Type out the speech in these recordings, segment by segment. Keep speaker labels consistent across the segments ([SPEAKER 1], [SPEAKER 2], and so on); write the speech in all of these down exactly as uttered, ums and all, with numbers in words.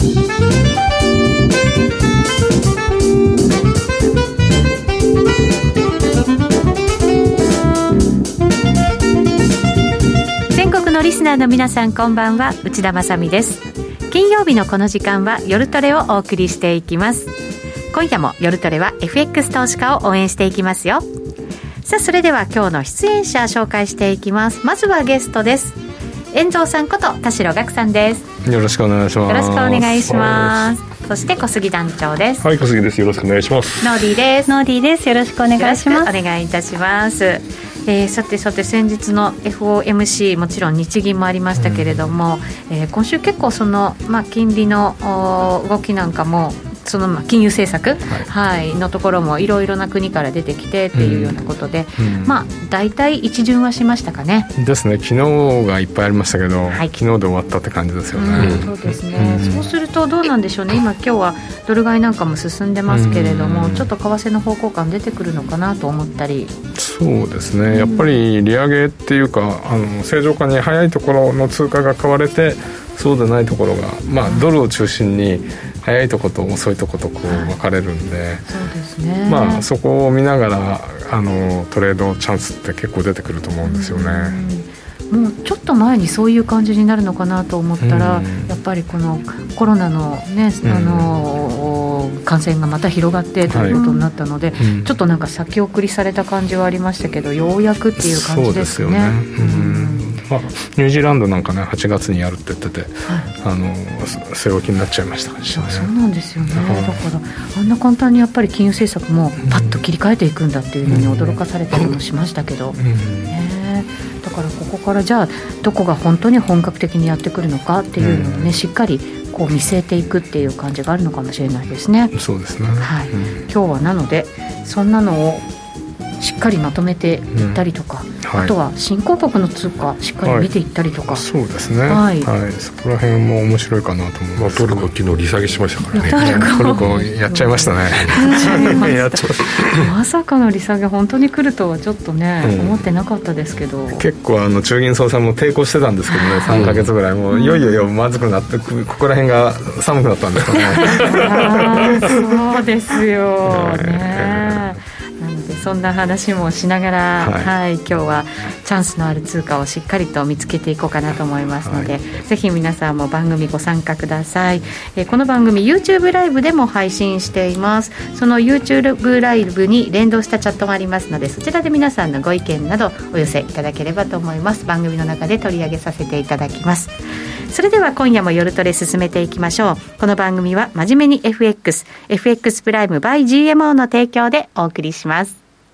[SPEAKER 1] 全国のリスナーの皆さん、こんばんは、内田まさみです。金曜日のこの時間は夜トレをお送りしていきます。今夜も夜トレは エフエックス 投資家を応援していきますよ。さあ、それでは今日の出演者紹介していきます。まずはゲストです。遠藤さんこと田代岳さんです。
[SPEAKER 2] よろしくお願いします。
[SPEAKER 1] よろしくお願いします。そして小杉団長です。
[SPEAKER 3] はい、小杉です。よろしくお願いします。
[SPEAKER 1] ノーディーです。
[SPEAKER 4] ノーディーです。よろしくお願いします。
[SPEAKER 1] お願いいたします。えー、さてさて先日の エフオーエムシー もちろん日銀もありましたけれども、うんえー、今週結構その、まあ、金利の動きなんかもそのまあ金融政策、はいはい、のところもいろいろな国から出てきてっていうようなことで、うんまあ、大体一巡はしましたかね。
[SPEAKER 2] ですね。昨日がいっぱいありましたけど、はい、昨日で終わったって感じですよね、
[SPEAKER 1] うん、そうですね、うん、そうするとどうなんでしょうね。今今日はドル買いなんかも進んでますけれども、うん、ちょっと為替の方向感出てくるのかなと思ったり。
[SPEAKER 2] そうですね、やっぱり利上げっていうかあの正常化に早いところの通貨が買われて、そうでないところが、まあ、ドルを中心に早いところと遅いところとこう分かれるんで、はい、
[SPEAKER 1] そうですね、
[SPEAKER 2] まあ、そこを見ながらあのトレードチャンスって結構出てくると思うんですよね。
[SPEAKER 1] うんもうちょっと前にそういう感じになるのかなと思ったら、うん、やっぱりこのコロナの、ねうん、あの感染がまた広がってということになったので、はいうん、ちょっとなんか先送りされた感じはありましたけど、ようやくっていう感じですね。そうですよね、うん
[SPEAKER 2] まあ、ニュージーランドなんかねはちがつにやるって言ってて、はい、あの据え置きになっちゃいましたからね。
[SPEAKER 1] そうなんですよね、だからあんな簡単にやっぱり金融政策もパッと切り替えていくんだっていうふうに驚かされたりもしましたけど、うんねだからここからじゃあどこが本当に本格的にやってくるのかっていうのをね、うん、しっかりこう見据えていくっていう感じがあるのかもしれないですね。
[SPEAKER 2] そうですね、
[SPEAKER 1] はいうん、今日はなのでそんなのをしっかりまとめていったりとか、うんはい、あとは新興国の通貨しっかり見ていったりとか、
[SPEAKER 2] はい、そうですね、はいはい、そこら辺も面白いかなと思います。
[SPEAKER 3] トルコ昨日利下げしましたからね。
[SPEAKER 2] トルコやっちゃいましたね。
[SPEAKER 1] やっちゃいましたまさかの利下げ本当に来るとはちょっとね、うん、思ってなかったですけど、
[SPEAKER 2] 結構あの中銀総裁も抵抗してたんですけどね、さんかげつぐらいもういよいよいよまずくなって、ここら辺が寒くなったんですかね。
[SPEAKER 1] あそうですよね。なのでそんな話もしながら、はいはい、今日はチャンスのある通貨をしっかりと見つけていこうかなと思いますので、はい、ぜひ皆さんも番組ご参加ください。えー、この番組 YouTube ライブでも配信しています。その YouTube ライブに連動したチャットがありますので、そちらで皆さんのご意見などお寄せいただければと思います。番組の中で取り上げさせていただきます。それでは今夜も夜トレ進めていきましょう。この番組は真面目に エフエックス エフエックス プライム by ジーエムオー の提供でお送りします。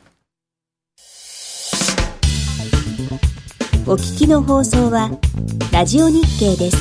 [SPEAKER 5] お聞きの放送はラジオ日経です。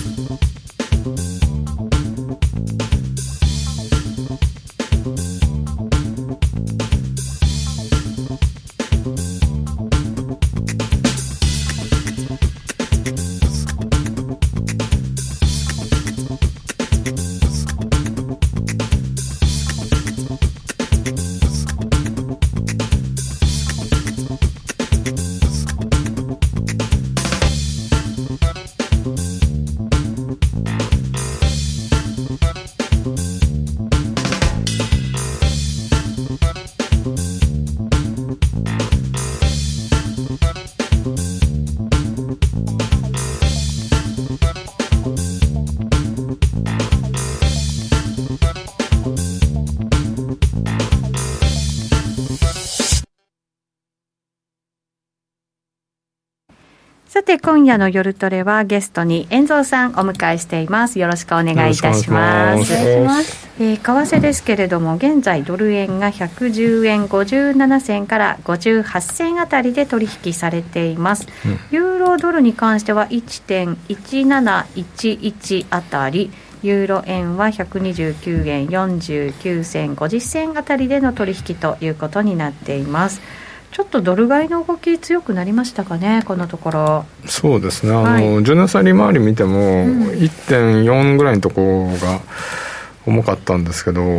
[SPEAKER 1] さて今夜の夜トレはゲストに遠藤さんお迎えしています。よろしくお願いいたします。えー、為替ですけれども、現在ドル円がひゃくじゅうえんごじゅうななせんからごじゅうはっせんあたりで取引されています。うん、ユーロドルに関しては いってんいちなないちいち あたり、ユーロ円はひゃくにじゅうきゅうえんよんじゅうきゅうせんごじゅっせんあたりでの取引ということになっています。ちょっとドル買いの動き強くなりましたかね、このところ。
[SPEAKER 2] そうですね、あの、はい、じゅうねん債利回り見ても、うん、いってんよん ぐらいのところが重かったんですけど、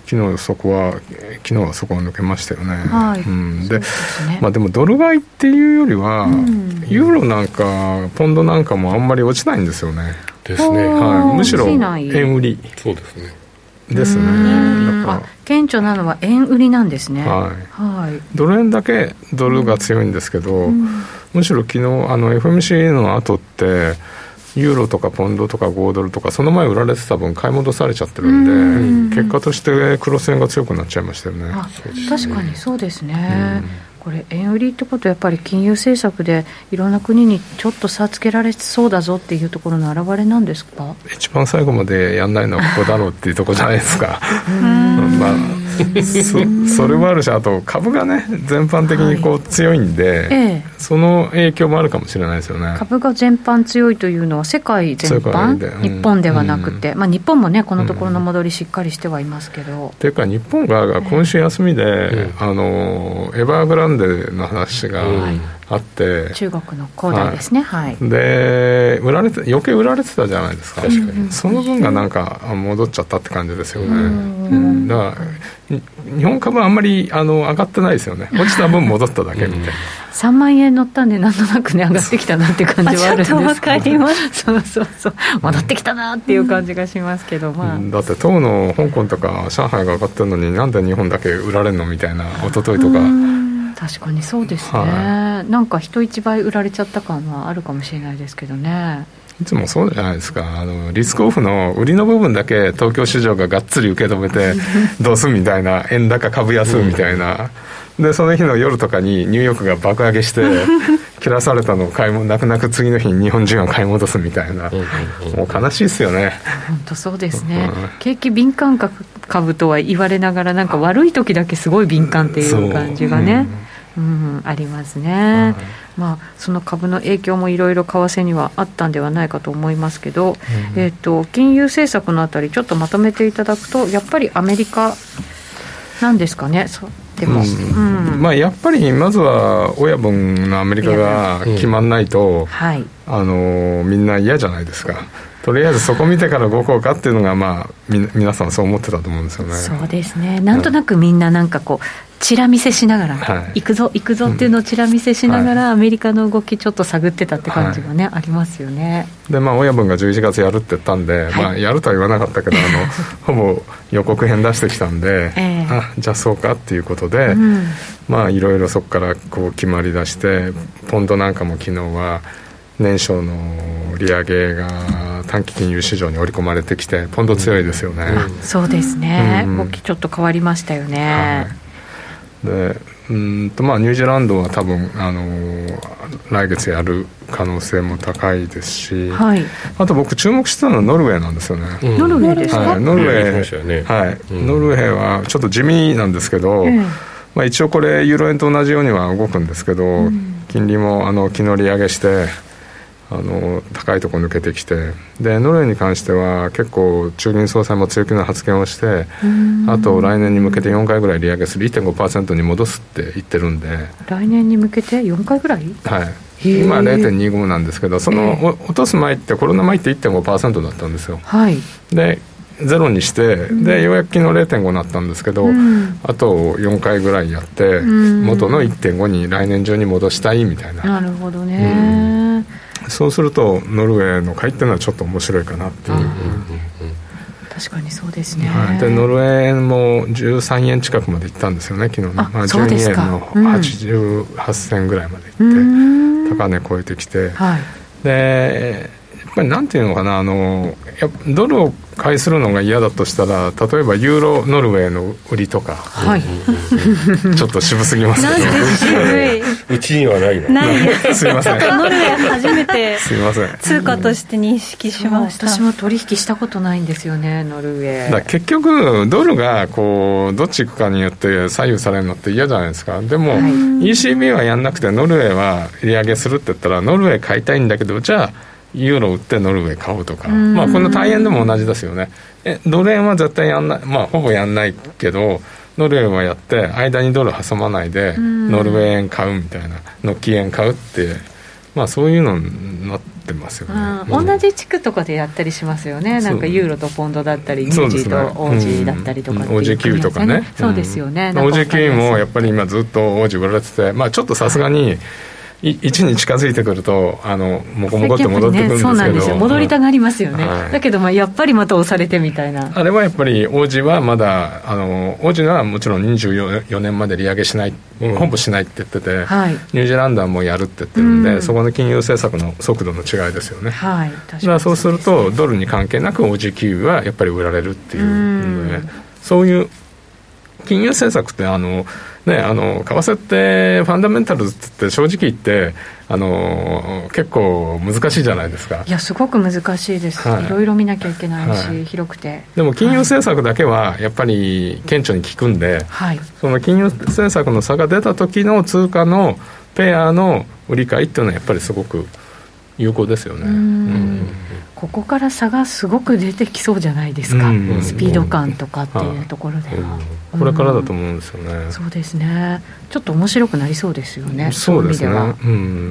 [SPEAKER 2] 昨日そこは昨日はそこは抜けましたよね、
[SPEAKER 1] はい、
[SPEAKER 2] うん、で、
[SPEAKER 1] そうですね、
[SPEAKER 2] まあ、でもドル買いっていうよりは、うん、ユーロなんかポンドなんかもあんまり落ちないんですよね。
[SPEAKER 3] ですね、
[SPEAKER 2] はい、むしろ円売り。
[SPEAKER 3] そうですね
[SPEAKER 2] ですね。だから
[SPEAKER 1] 顕著なのは円売りなんですね、
[SPEAKER 2] はい
[SPEAKER 1] はい、
[SPEAKER 2] ドル円だけドルが強いんですけど、うん、むしろ昨日あの エフエムシー の後ってユーロとかポンドとかごドルとかその前売られてた分買い戻されちゃってるんで、うん、結果としてクロス円が強くなっちゃいましたよね。
[SPEAKER 1] あ、確かにそうですね、うん、これ円売りってことはやっぱり金融政策でいろんな国にちょっと差つけられそうだぞっていうところの表れなんですか？
[SPEAKER 2] 一番最後までやんないのはここだろうっていうところじゃないですかまあ、そ, それもあるし、あと株がね全般的にこう強いんで、はい、ええ、その影響もあるかもしれないですよね。
[SPEAKER 1] 株が全般強いというのは世界全般、うん、日本ではなくて、うん、まあ、日本もねこのところの戻りしっかりしてはいますけど、
[SPEAKER 2] と、うん、いうか日本が今週休みで、ええ、あのエバーグランデの話があって、うん、
[SPEAKER 1] 中国の恒大ですね、はい、
[SPEAKER 2] で売られて余計売られてたじゃないですか。確かにその分がなんか戻っちゃったって感じですよね。うん、だから日本株はあんまりあの上がってないですよね。落ちた分戻っただけみたいな、うん、
[SPEAKER 1] さんまんえん乗ったんでなんとなくね上がってきたなっていう感じはあるんですけど、
[SPEAKER 4] ちょっと分かります
[SPEAKER 1] そうそうそう、戻ってきたなっていう感じがしますけど、まあ、
[SPEAKER 2] だって当の香港とか上海が上がってるのになんで日本だけ売られるのみたいな、一昨日とか。
[SPEAKER 1] 確かにそうですね、はい、なんか人一倍売られちゃった感はあるかもしれないですけどね。
[SPEAKER 2] いつもそうじゃないですか。あのリスクオフの売りの部分だけ東京市場ががっつり受け止めてどうすみたいな、円高株安みたいな、でその日の夜とかにニューヨークが爆上げして切らされたのを買いも泣く泣く次の日に日本人が買い戻すみたいな、もう悲しいですよね。
[SPEAKER 1] 本当そうですね、うん、景気敏感株とは言われながらなんか悪い時だけすごい敏感っていう感じがね、うんうん、ありますね、うん、まあ、その株の影響もいろいろ為替にはあったんではないかと思いますけど、うん、えーと、金融政策のあたりちょっとまとめていただくとやっぱりアメリカなんですかね。そうでも、うんうん、まあ、
[SPEAKER 2] やっぱりまずは親分のアメリカが決まんないと、うん、はい、あのみんな嫌じゃないですか。とりあえずそこ見てから動こうかっていうのが、まあ、み皆さんそう思ってたと思うんですよね。
[SPEAKER 1] そうですね、なんとなくみんななんかこうチラ見せしながら、はい、行くぞ行くぞっていうのをチラ見せしながら、うん、アメリカの動きちょっと探ってたって感じがね、はい、ありますよね。
[SPEAKER 2] で、まあ、親分がじゅういちがつやるって言ったんで、はい、まあ、やるとは言わなかったけどあのほぼ予告編出してきたんで、えー、あ、じゃあそうかっていうことで、うん、まあいろいろそこからこう決まりだして、ポンドなんかも昨日は年初の利上げが短期金融市場に織り込まれてきてポンド強いですよね、
[SPEAKER 1] うん、そうですね、うん、動きちょっと変わりましたよね、
[SPEAKER 2] はい、でうんと、まあ、ニュージーランドは多分あの来月やる可能性も高いですし、はい、あと僕注目してたのはノルウェーなんですよね、
[SPEAKER 1] うん、ノルウェーですか、
[SPEAKER 2] はい、ノルウェー、ね、はい、うん、ノルウェーはちょっと地味なんですけど、うん、まあ、一応これユーロ円と同じようには動くんですけど、うん、金利もあの昨日利上げしてあの高いところ抜けてきて、でノルウェーに関しては結構中銀総裁も強気な発言をして、あと来年に向けてよんかいぐらい利上げする いってんごパーセント に戻すって言ってるんで、
[SPEAKER 1] 来年に向けてよんかいぐらい、
[SPEAKER 2] はい、今 ゼロてんにご なんですけど、その落とす前ってコロナ前って いってんごパーセント だったんですよ、はい、でゼロにして、でようやく昨日 ゼロてんご になったんですけど、うん、あとよんかいぐらいやって、うん、元の いってんご に来年中に戻したいみたいな。
[SPEAKER 1] なるほどね、
[SPEAKER 2] うん、そうするとノルウェーの買いっていうのはちょっと面白いかなっていう、うんうんうん、
[SPEAKER 1] 確かにそうですね、
[SPEAKER 2] はい、でノルウェーもじゅうさんえん近くまで行ったんですよね昨日の、まあ、じゅうにえんのはちじゅうはっせんぐらいまで行って、うん、高値超えてきて、はい、でやっぱりなんていうのかな、あのやドルを買いするのが嫌だとしたら、例えばユーロノルウェーの売りとか、はい、ちょっと渋すぎますけど、
[SPEAKER 4] なんで渋
[SPEAKER 3] い、うちにはないの
[SPEAKER 4] ないです
[SPEAKER 2] すいません、
[SPEAKER 4] ノルウェー初めて
[SPEAKER 2] すいません
[SPEAKER 4] 通貨として認識しました。
[SPEAKER 1] 私も取引したことないんですよね、ノルウェー。
[SPEAKER 2] だ結局ドルがこうどっち行くかによって左右されるのって嫌じゃないですか。でも、はい、イーシービー はやんなくてノルウェーは利上げするって言ったら、ノルウェー買いたいんだけど、じゃあユーロ売ってノルウェー買おうとか、まあ、この大円でも同じですよね。えドル円は絶対やんない、まあ、ほぼやんないけどノルウェーはやって間にドル挟まないでノルウェー円買うみたいな、ノッキ円買うってまあ、そういうのになってますよね、
[SPEAKER 1] うん、同じ地区とかでやったりしますよね。なんかユーロとポンドだったりニュージーとオージーだったりとかっていう、
[SPEAKER 2] オージーキウイとかね、
[SPEAKER 1] そうですよね、
[SPEAKER 2] うん、オージーキウイもやっぱり今ずっとオージー売られてて、まあ、ちょっとさすがにいちに近づいてくるとあのモコモコって戻ってくるんですけど、ね、そうなんですよ、
[SPEAKER 1] 戻りたがりますよね、はい、だけどまあやっぱりまた押されてみたいな。
[SPEAKER 2] あれはやっぱりオージーはまだあのオージーはもちろんにじゅうよねんまで利上げしない、うん、ほぼしないって言ってて、はい、ニュージーランドはもうやるって言ってるんで、うん、そこの金融政策の速度の違いですよね、はい、確かにそうですね。だからそうするとドルに関係なく オージーキウイはやっぱり売られるっていう、うん、そういう金融政策ってあのね、あの為替ってファンダメンタルズって正直言ってあの結構難しいじゃないですか。
[SPEAKER 1] いやすごく難しいです、はい、いろいろ見なきゃいけないし、はい、広くて。
[SPEAKER 2] でも金融政策だけはやっぱり顕著に効くんで、はい、その金融政策の差が出た時の通貨のペアの売り買いっていうのはやっぱりすごく有効ですよね。うん、うん、
[SPEAKER 1] ここから差がすごく出てきそうじゃないですか、うんうん、スピード感とかっていうところでは、
[SPEAKER 2] うん、これからだと思うんですよね、
[SPEAKER 1] うん、そうですね。ちょっと面白くなりそうですよね。そうですね、そういう意味では、うん、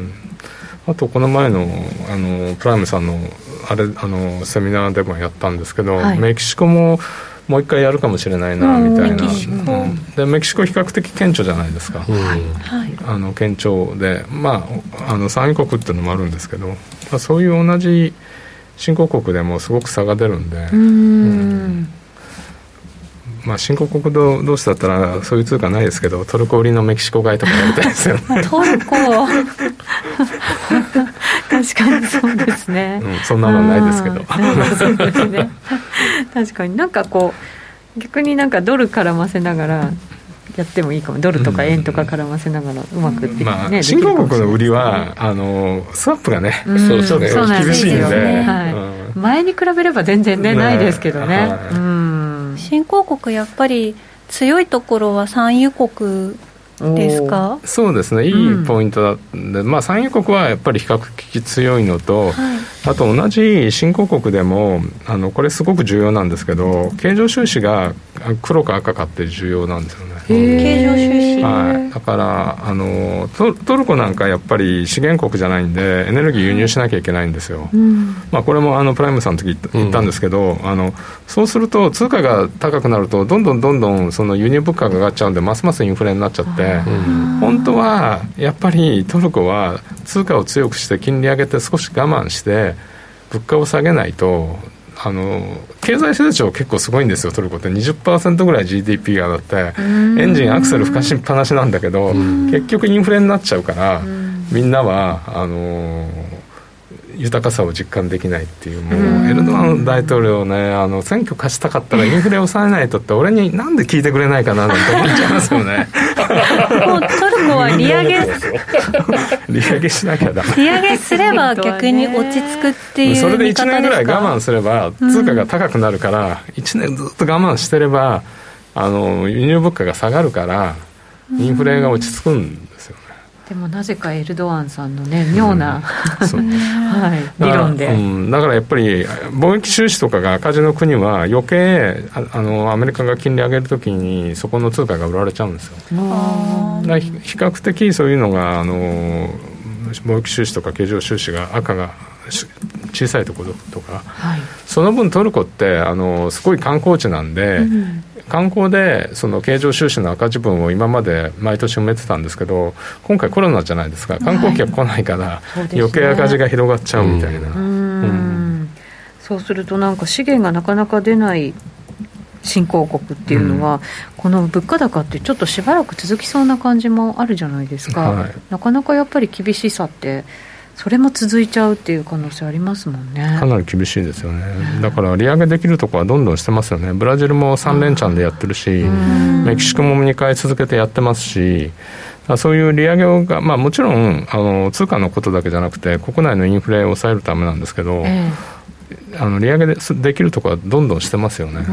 [SPEAKER 2] あとこの前 の, あのプライムさんのあれあのセミナーでもやったんですけど、はい、メキシコももう一回やるかもしれないなみたいな、うん、メキシコ、うん、でメキシコ比較的顕著じゃないですか、うんはい、あの顕著で、まあ、あの産油国っていうのもあるんですけど、まあ、そういう同じ新興国でもすごく差が出るんで、うんうんまあ、新興国同士だったらそういう通貨ないですけどトルコ売りのメキシコ買いとかやりたいですよね
[SPEAKER 1] トルコ確かにそうですね、
[SPEAKER 2] うん、そんなのないですけど
[SPEAKER 1] そうですね確かになんかこう逆になんかドル絡ませながらやってもいいかも。ドルとか円とか絡ませながらうまくできる、ね
[SPEAKER 2] まあ、新興国の売りはあのスワップがね、うん、そうそうね厳しいんで、ねはい
[SPEAKER 1] うん、前に比べれば全然、ね、ないですけどね、はいうん、
[SPEAKER 4] 新興国やっぱり強いところは産油国ですか？
[SPEAKER 2] そうですね、いいポイントだったんで、うんまあ、産油国はやっぱり比較的強いのと、はい、あと同じ新興国でもあのこれすごく重要なんですけど経常収支が黒か赤かって重要なんですよね。
[SPEAKER 4] 経常収支、
[SPEAKER 2] はい、だからあの ト, トルコなんかやっぱり資源国じゃないんでエネルギー輸入しなきゃいけないんですよ、うんまあ、これもあのプライムさんの時言ったんですけど、うん、あのそうすると通貨が高くなるとどんどんどんどんその輸入物価が上がっちゃうんでますますインフレになっちゃって、うん、本当はやっぱりトルコは通貨を強くして金利上げて少し我慢して物価を下げないとあの経済成長結構すごいんですよ。トルコって にじゅっパーセント ぐらい ジーディーピー がだってエンジンアクセル吹かしっぱなしなんだけど結局インフレになっちゃうからみんなはあの豊かさを実感できないっていう、もうエルドアン大統領ねあの選挙勝ちたかったらインフレを抑えないとって俺になんで聞いてくれないかななんて思っちゃいますよね
[SPEAKER 4] もうトルコは利上げ
[SPEAKER 2] 利上げしなきゃだ
[SPEAKER 4] 利上げすれば逆に落ち着くっていう見方ですか？
[SPEAKER 2] それでいちねんぐらい我慢すれば通貨が高くなるから、うん、いちねんずっと我慢してればあの輸入物価が下がるからインフレが落ち着くんですよね。
[SPEAKER 1] でもなぜかエルドアンさんのね妙な、うんはい、理論で、
[SPEAKER 2] うん、だからやっぱり貿易収支とかが赤字の国は余計 あ, あのアメリカが金利上げるときにそこの通貨が売られちゃうんですよ。あだから比較的そういうのがあの貿易収支とか経常収支が赤が小さいところとか、はい、その分トルコってあのすごい観光地なんで、うん、観光でその経常収支の赤字分を今まで毎年埋めてたんですけど今回コロナじゃないですか。観光客来ないから、はい、余計赤字が広がっちゃうみたいな、うんうん、
[SPEAKER 1] そうするとなんか資源がなかなか出ない新興国っていうのは、うん、この物価高ってちょっとしばらく続きそうな感じもあるじゃないですか、はい、なかなかやっぱり厳しさってそれも続いちゃうっていう可能性ありますもんね。
[SPEAKER 2] かなり厳しいですよね。だから利上げできるところはどんどんしてますよね。ブラジルもさん連チャンでやってるしメキシコもにかい続けてやってますしそういう利上げが、まあ、もちろんあの通貨のことだけじゃなくて国内のインフレを抑えるためなんですけど、えー、あの利上げ で, できるところはどんどんしてますよね、うん、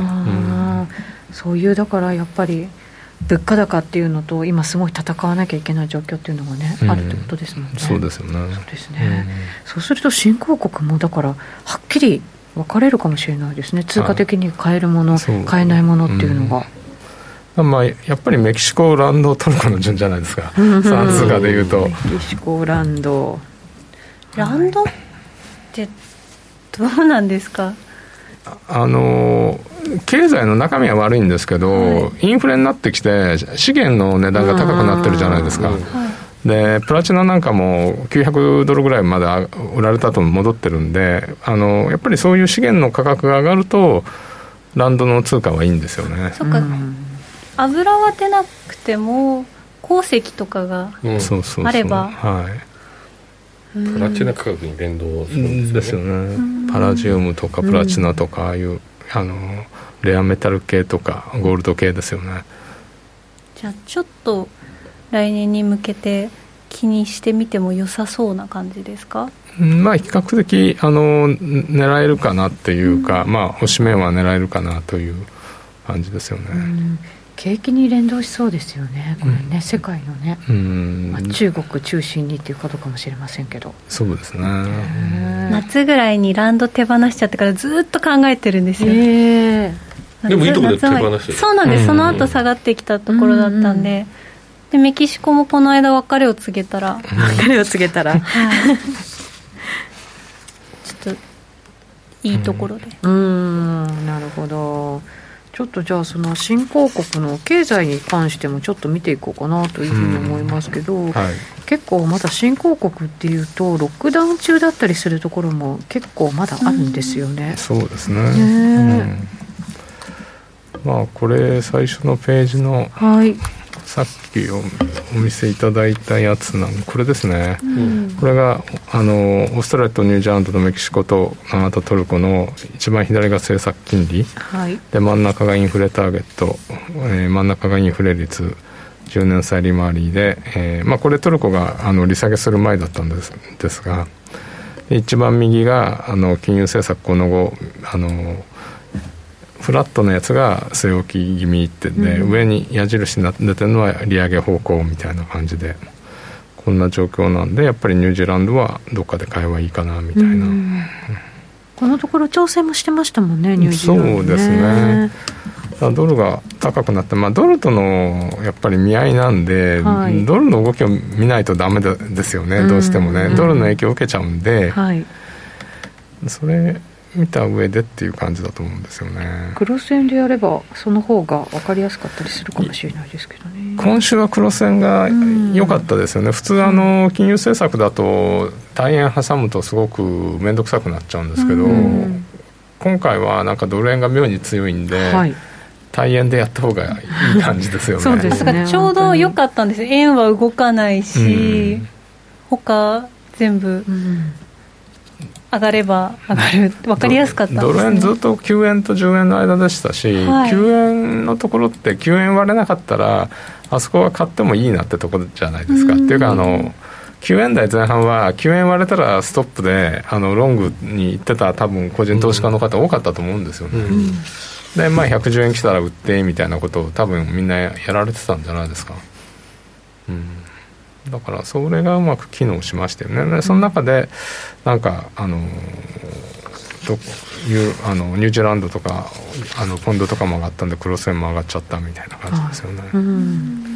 [SPEAKER 1] そういうだからやっぱり物価高っていうのと今すごい戦わなきゃいけない状況っていうのがね、うん、あるってことですもんね。
[SPEAKER 2] そうですよね。
[SPEAKER 1] そうですね、うん、そうすると新興国もだからはっきり分かれるかもしれないですね。通貨的に買えるもの、はい、買えないものっていうのが、
[SPEAKER 2] うんまあ、やっぱりメキシコランドトルコの順じゃないですかさん通貨でいうと
[SPEAKER 1] メキシコランド
[SPEAKER 4] ランドってどうなんですか？
[SPEAKER 2] あの経済の中身は悪いんですけど、はい、インフレになってきて資源の値段が高くなってるじゃないですか、はい、でプラチナなんかもきゅうひゃくドルぐらいまで売られた後戻ってるんで、あのやっぱりそういう資源の価格が上がるとランドの通貨はいいんですよね。
[SPEAKER 4] そっか、うん、油は出なくても鉱石とかがあれば、
[SPEAKER 2] はい、
[SPEAKER 3] プラチナ価格に連動するんですよね。
[SPEAKER 2] ですよね。パラジウムとかプラチナとかああいう、うん、あのレアメタル系とかゴールド系ですよね。
[SPEAKER 4] じゃあちょっと来年に向けて気にしてみても良さそうな感じですか？
[SPEAKER 2] まあ比較的あの狙えるかなっていうか、うん、まあ押し目は狙えるかなという感じですよね、うん、
[SPEAKER 1] 景気に連動しそうですよねこれね、うん、世界のね、うんまあ、中国中心にっていうことかもしれませんけど。
[SPEAKER 2] そうですね。
[SPEAKER 4] 夏ぐらいにランド手放しちゃってからずっと考えてるんですよ。
[SPEAKER 3] でもいいところで手放してる。
[SPEAKER 4] そうなんです、うん、その後下がってきたところだったんで、うんうん、でメキシコもこの間別れを告げたら
[SPEAKER 1] 別れを告げたら
[SPEAKER 4] ちょっといいところで、
[SPEAKER 1] うん、うーんなるほど。ちょっとじゃあその新興国の経済に関してもちょっと見ていこうかなというふうに思いますけど、はい、結構まだ新興国っていうとロックダウン中だったりするところも結構まだあるんですよね、
[SPEAKER 2] うん、そうですね、ねうん、まあこれ最初のページの、はい、さっき お, お見せいただいたやつなんこれですね、うん、これがあのオーストラリアとニュージーランドとメキシコとカナダトルコの一番左が政策金利、はい、で真ん中がインフレターゲット、えー、真ん中がインフレ率じゅうねん債利回りで、えーまあ、これトルコがあの利下げする前だったんです、ですが一番右があの金融政策この後あのフラットなやつが据え置き気味ってで、うん、上に矢印になってるのは利上げ方向みたいな感じでこんな状況なんでやっぱりニュージーランドはどっかで買えばいいかなみたいな、うん、
[SPEAKER 1] このところ調整もしてましたもんねニュージーランドね。
[SPEAKER 2] そうですね。ドルが高くなって、まあ、ドルとのやっぱり見合いなんで、はい、ドルの動きを見ないとダメでですよね、うん、どうしてもね、うん、ドルの影響を受けちゃうんで、はい、それ見た上でっていう感じだと思うんですよね。
[SPEAKER 1] クロス円でやればその方が分かりやすかったりするかもしれないですけどね。
[SPEAKER 2] 今週はクロス円が良かったですよね、うん、普通あの金融政策だと大円挟むとすごく面倒くさくなっちゃうんですけど、うん、今回はなんかドル円が妙に強いんで、はい、対円でやった方がいい感じですよね。
[SPEAKER 1] そうですね。
[SPEAKER 4] ちょうど良かったんです。円は動かないし、うん、他全部、うん上がれば上がる分かりやすかったんですね。
[SPEAKER 2] ドル円ずっときゅうえんとじゅうえんの間でしたし、はい、きゅうえんのところってきゅうえん割れなかったらあそこは買ってもいいなってところじゃないですか。っていうかあのきゅうえん台前半はきゅうえん割れたらストップであのロングに行ってた多分個人投資家の方多かったと思うんですよね、うん、で、まあ、ひゃくじゅうえん来たら売ってみたいなことを多分みんなやられてたんじゃないですか、うんだからそれがうまく機能しましたよね。でその中でなんかあのどいうあのニュージーランドとかあのポンドとかも上がったんでクロス円も上がっちゃったみたいな感じですよね、
[SPEAKER 1] うん、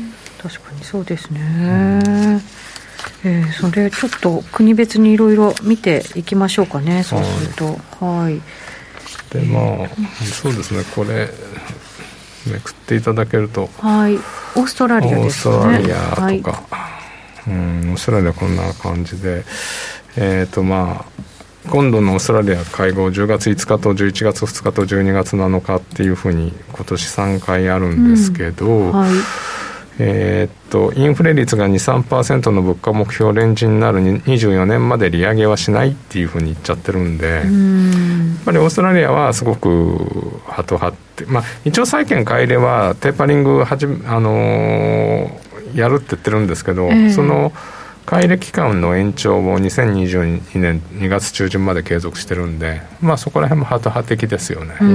[SPEAKER 1] 確かにそうですね、うんえー、それちょっと国別にいろいろ見ていきましょうかね。そうするとはい、
[SPEAKER 2] でまあそうですねこれめくっていただけると
[SPEAKER 1] はいオーストラリアですね。
[SPEAKER 2] オーストラリアとか、はいうん、オーストラリアこんな感じで、えーとまあ、今度のオーストラリア会合じゅうがついつかとじゅういちがつふつかとじゅうにがつなのかっていうふうに今年さんかいあるんですけど、うんはいえー、とインフレ率が にじゅうさんパーセント の物価目標レンジになるにじゅうよねんまで利上げはしないっていうふうに言っちゃってるんで、うんやっぱりオーストラリアはすごくハト派って、まあ、一応債券買い入れはテーパリングはじめ、あのーやるって言ってるんですけど、えー、その買い入れ期間の延長をにせんにじゅうにねんにがつちゅうじゅんまで継続してるんで、まあ、そこら辺もハト派的ですよね。うん、うん、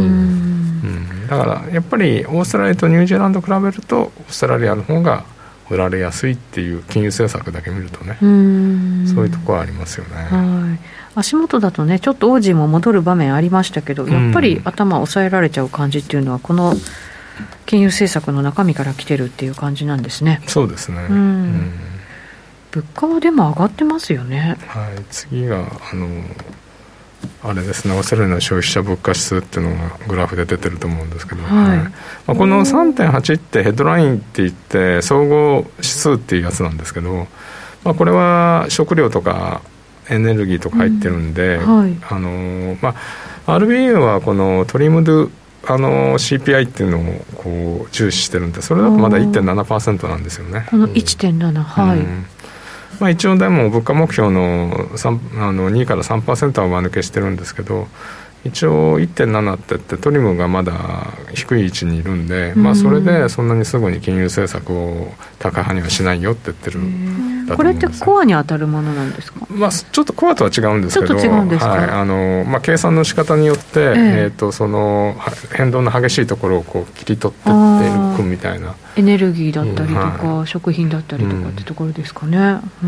[SPEAKER 2] だからやっぱりオーストラリアとニュージーランド比べるとオーストラリアの方が売られやすいっていう金融政策だけ見るとねうんそういうところはありますよね。
[SPEAKER 1] はい足元だとねちょっとオージーも戻る場面ありましたけどやっぱり頭を抑えられちゃう感じっていうのはこの金融政策の中身から来てるっていう感じなんですね。
[SPEAKER 2] そうですね、うん
[SPEAKER 1] うん物価はでも上がってますよね。
[SPEAKER 2] はい、次があのあれですね、オーストラリアの消費者物価指数っていうのがグラフで出てると思うんですけど、はい、まあ、この さんてんはち ってヘッドラインって言って総合指数っていうやつなんですけど、まあ、これは食料とかエネルギーとか入ってるんで、うん、はい、あのまあ、アールビーエー はこのトリムドあの シーピーアイ っていうのをこう重視してるんで、それだとまだ いってんななパーセント なんですよね。
[SPEAKER 1] この いってんなな、はい、うん、
[SPEAKER 2] まあ、一応でも物価目標 の, あのにから さんパーセント は上抜けしてるんですけど、一応 いってんなな って言ってトリムがまだ低い位置にいるんで、うん、まあ、それでそんなにすぐに金融政策を高派にはしないよって言ってるんだと思うんです。
[SPEAKER 1] これってコアに当たるものなんですか？
[SPEAKER 2] まあ、ちょっとコアとは違うんですけど、
[SPEAKER 1] ちょっと違うんですか？
[SPEAKER 2] はい、あのまあ、計算の仕方によって、えーえー、とその変動の激しいところをこう切り取っていくみたいな、
[SPEAKER 1] エネルギーだったりとか、うん、はい、食品だったりとかってところですかね、うん、うん、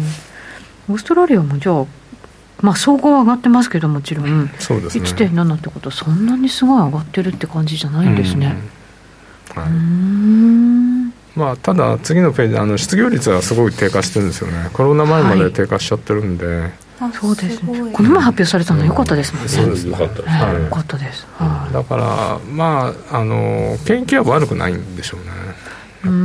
[SPEAKER 1] オーストラリアもじゃあ、まあ、総合は上がってますけど、もちろん
[SPEAKER 2] そうですね、
[SPEAKER 1] いってんなな ってことはそんなにすごい上がってるって感じじゃないんですね、
[SPEAKER 2] うん、はい、うーん、まあ、ただ次のページ、あの失業率はすごい低下してるんですよね。コロナ前まで低下しちゃってるんで、はい、
[SPEAKER 1] あ、そうですね、この前発表されたの良かったですもんね、うん、
[SPEAKER 3] そうです、良かったです、
[SPEAKER 1] はい、良かったです、はい、
[SPEAKER 2] だからまあ、あの景気は悪くないんでしょうね。
[SPEAKER 1] うーん、うん、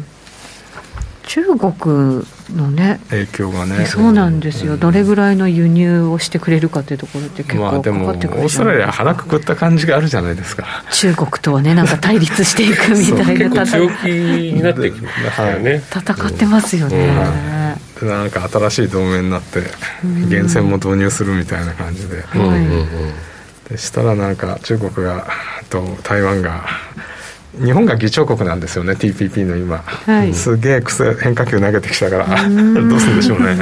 [SPEAKER 1] 中国のね
[SPEAKER 2] 影響がね、
[SPEAKER 1] そうなんですよ、うん、どれぐらいの輸入をしてくれるかというところって結構かかってくるじゃないですか。
[SPEAKER 2] まあ、でもオーストラリア腹くくった感じがあるじゃないですか。
[SPEAKER 1] 中国とはね、なんか対立していくみたいな
[SPEAKER 3] 結構強気になってきましたよね。
[SPEAKER 1] 戦ってますよね、
[SPEAKER 2] うん、なんか新しい同盟になって原潜も導入するみたいな感じで、うん、はい、でしたらなんか中国がと台湾が、日本が議長国なんですよね、 ティーピーピー の今、はい、すげえ癖変化球投げてきたからどうするんでしょうね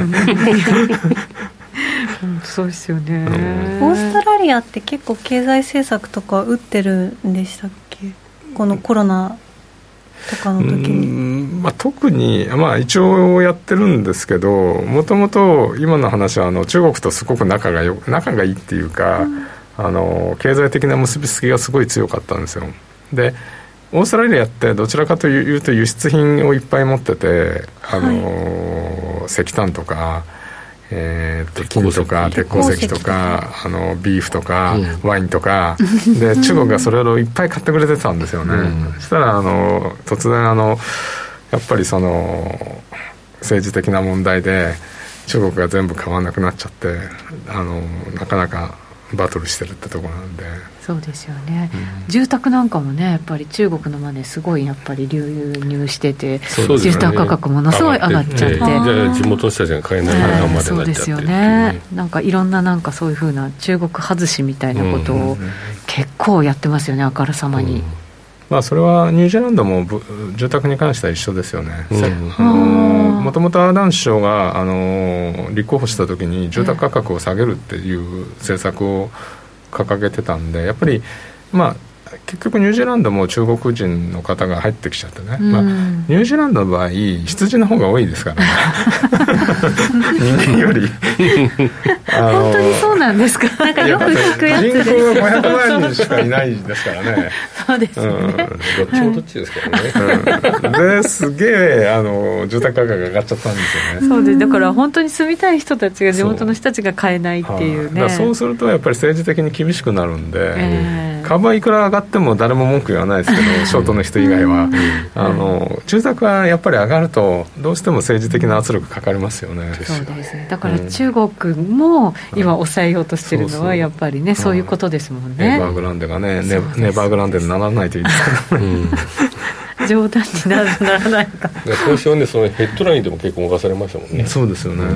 [SPEAKER 1] そうですよね。
[SPEAKER 4] オーストラリアって結構経済政策とか打ってるんでしたっけ、このコロナとかの時に。
[SPEAKER 2] うん、まあ、特に、まあ、一応やってるんですけど、もともと今の話はあの中国とすごく仲がよ仲がいいっていうか、うん、あの経済的な結びつきがすごい強かったんですよ。でオーストラリアってどちらかというと輸出品をいっぱい持ってて、あの、はい、石炭とか、えー、と金とか鉄鉱石とか、あのビーフとか、うん、ワインとかで中国がそれをいっぱい買ってくれてたんですよね、うん、そしたらあの突然あのやっぱりその政治的な問題で中国が全部買わなくなっちゃって、あのなかなかバトルしてるってところなんで。
[SPEAKER 1] そうですよね、うん、住宅なんかもね、やっぱり中国のマネーすごいやっぱり流入してて、ね、住宅価格ものすごい上がっちゃって、
[SPEAKER 3] えー、地元の人たちが買えないままでなっちゃって、
[SPEAKER 1] そうですよね、なんかいろんななんかそういう風な中国外しみたいなことを結構やってますよね、あからさまに、うん、
[SPEAKER 2] まあ、それはニュージーランドも住宅に関しては一緒ですよね。もともとアーダーン首相があの立候補した時に住宅価格を下げるっていう政策を掲げてたんで、やっぱりまあ結局ニュージーランドも中国人の方が入ってきちゃってね、うん、まあ、ニュージーランドの場合羊の方が多いですからね人間より
[SPEAKER 1] 本当にそうなんですか。なんかよく聞くやつで
[SPEAKER 2] 人口がごひゃくまんにんしかいないですからね
[SPEAKER 1] そうですね、うん、
[SPEAKER 3] どっちもどっちですからね、
[SPEAKER 2] うん、ですげえあの住宅価格が上がっちゃったんですよね。
[SPEAKER 1] そうです、だから本当に住みたい人たちが地元の人たちが買えないっていうね。
[SPEAKER 2] そう、 だそうするとやっぱり政治的に厳しくなるんで、えー、株はいくら上がっても誰も文句言わないですけどショートの人以外はあの住宅はやっぱり上がるとどうしても政治的な圧力かかりますよね。
[SPEAKER 1] そうです、だから中国も今抑えようとしてるのはやっぱりね、そういうことですもんね。
[SPEAKER 2] ネバーグランデがね、ネ, ネバーグランデにならないといいですけど、うん
[SPEAKER 1] 冗談になるならないか
[SPEAKER 3] 今週はね、そのヘッドラインでも結構動かされましたもんね。
[SPEAKER 2] そうですよね、うん、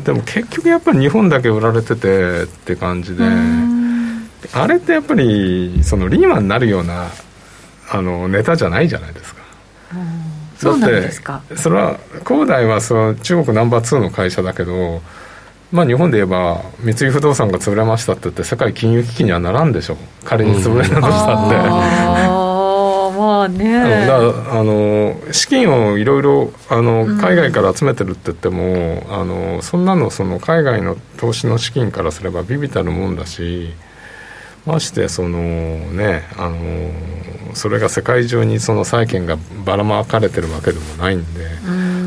[SPEAKER 2] でも結局やっぱり日本だけ売られててって感じで、あれってやっぱりそのリーマンになるようなあのネタじゃないじゃないですか。
[SPEAKER 1] そうなんですか。
[SPEAKER 2] それは恒大はその中国ナンバーツーの会社だけど、まあ、日本で言えば三井不動産が潰れましたって言って世界金融危機にはならんでしょう、仮に潰れたとしたって、うん、
[SPEAKER 1] あまあね、
[SPEAKER 2] あのだあの資金をいろいろ海外から集めてるって言っても、うん、あのそんなのその海外の投資の資金からすれば微々たるもんだし、ましてその、ね、あのそれが世界中にその債券がばらまかれてるわけでもないんで、うん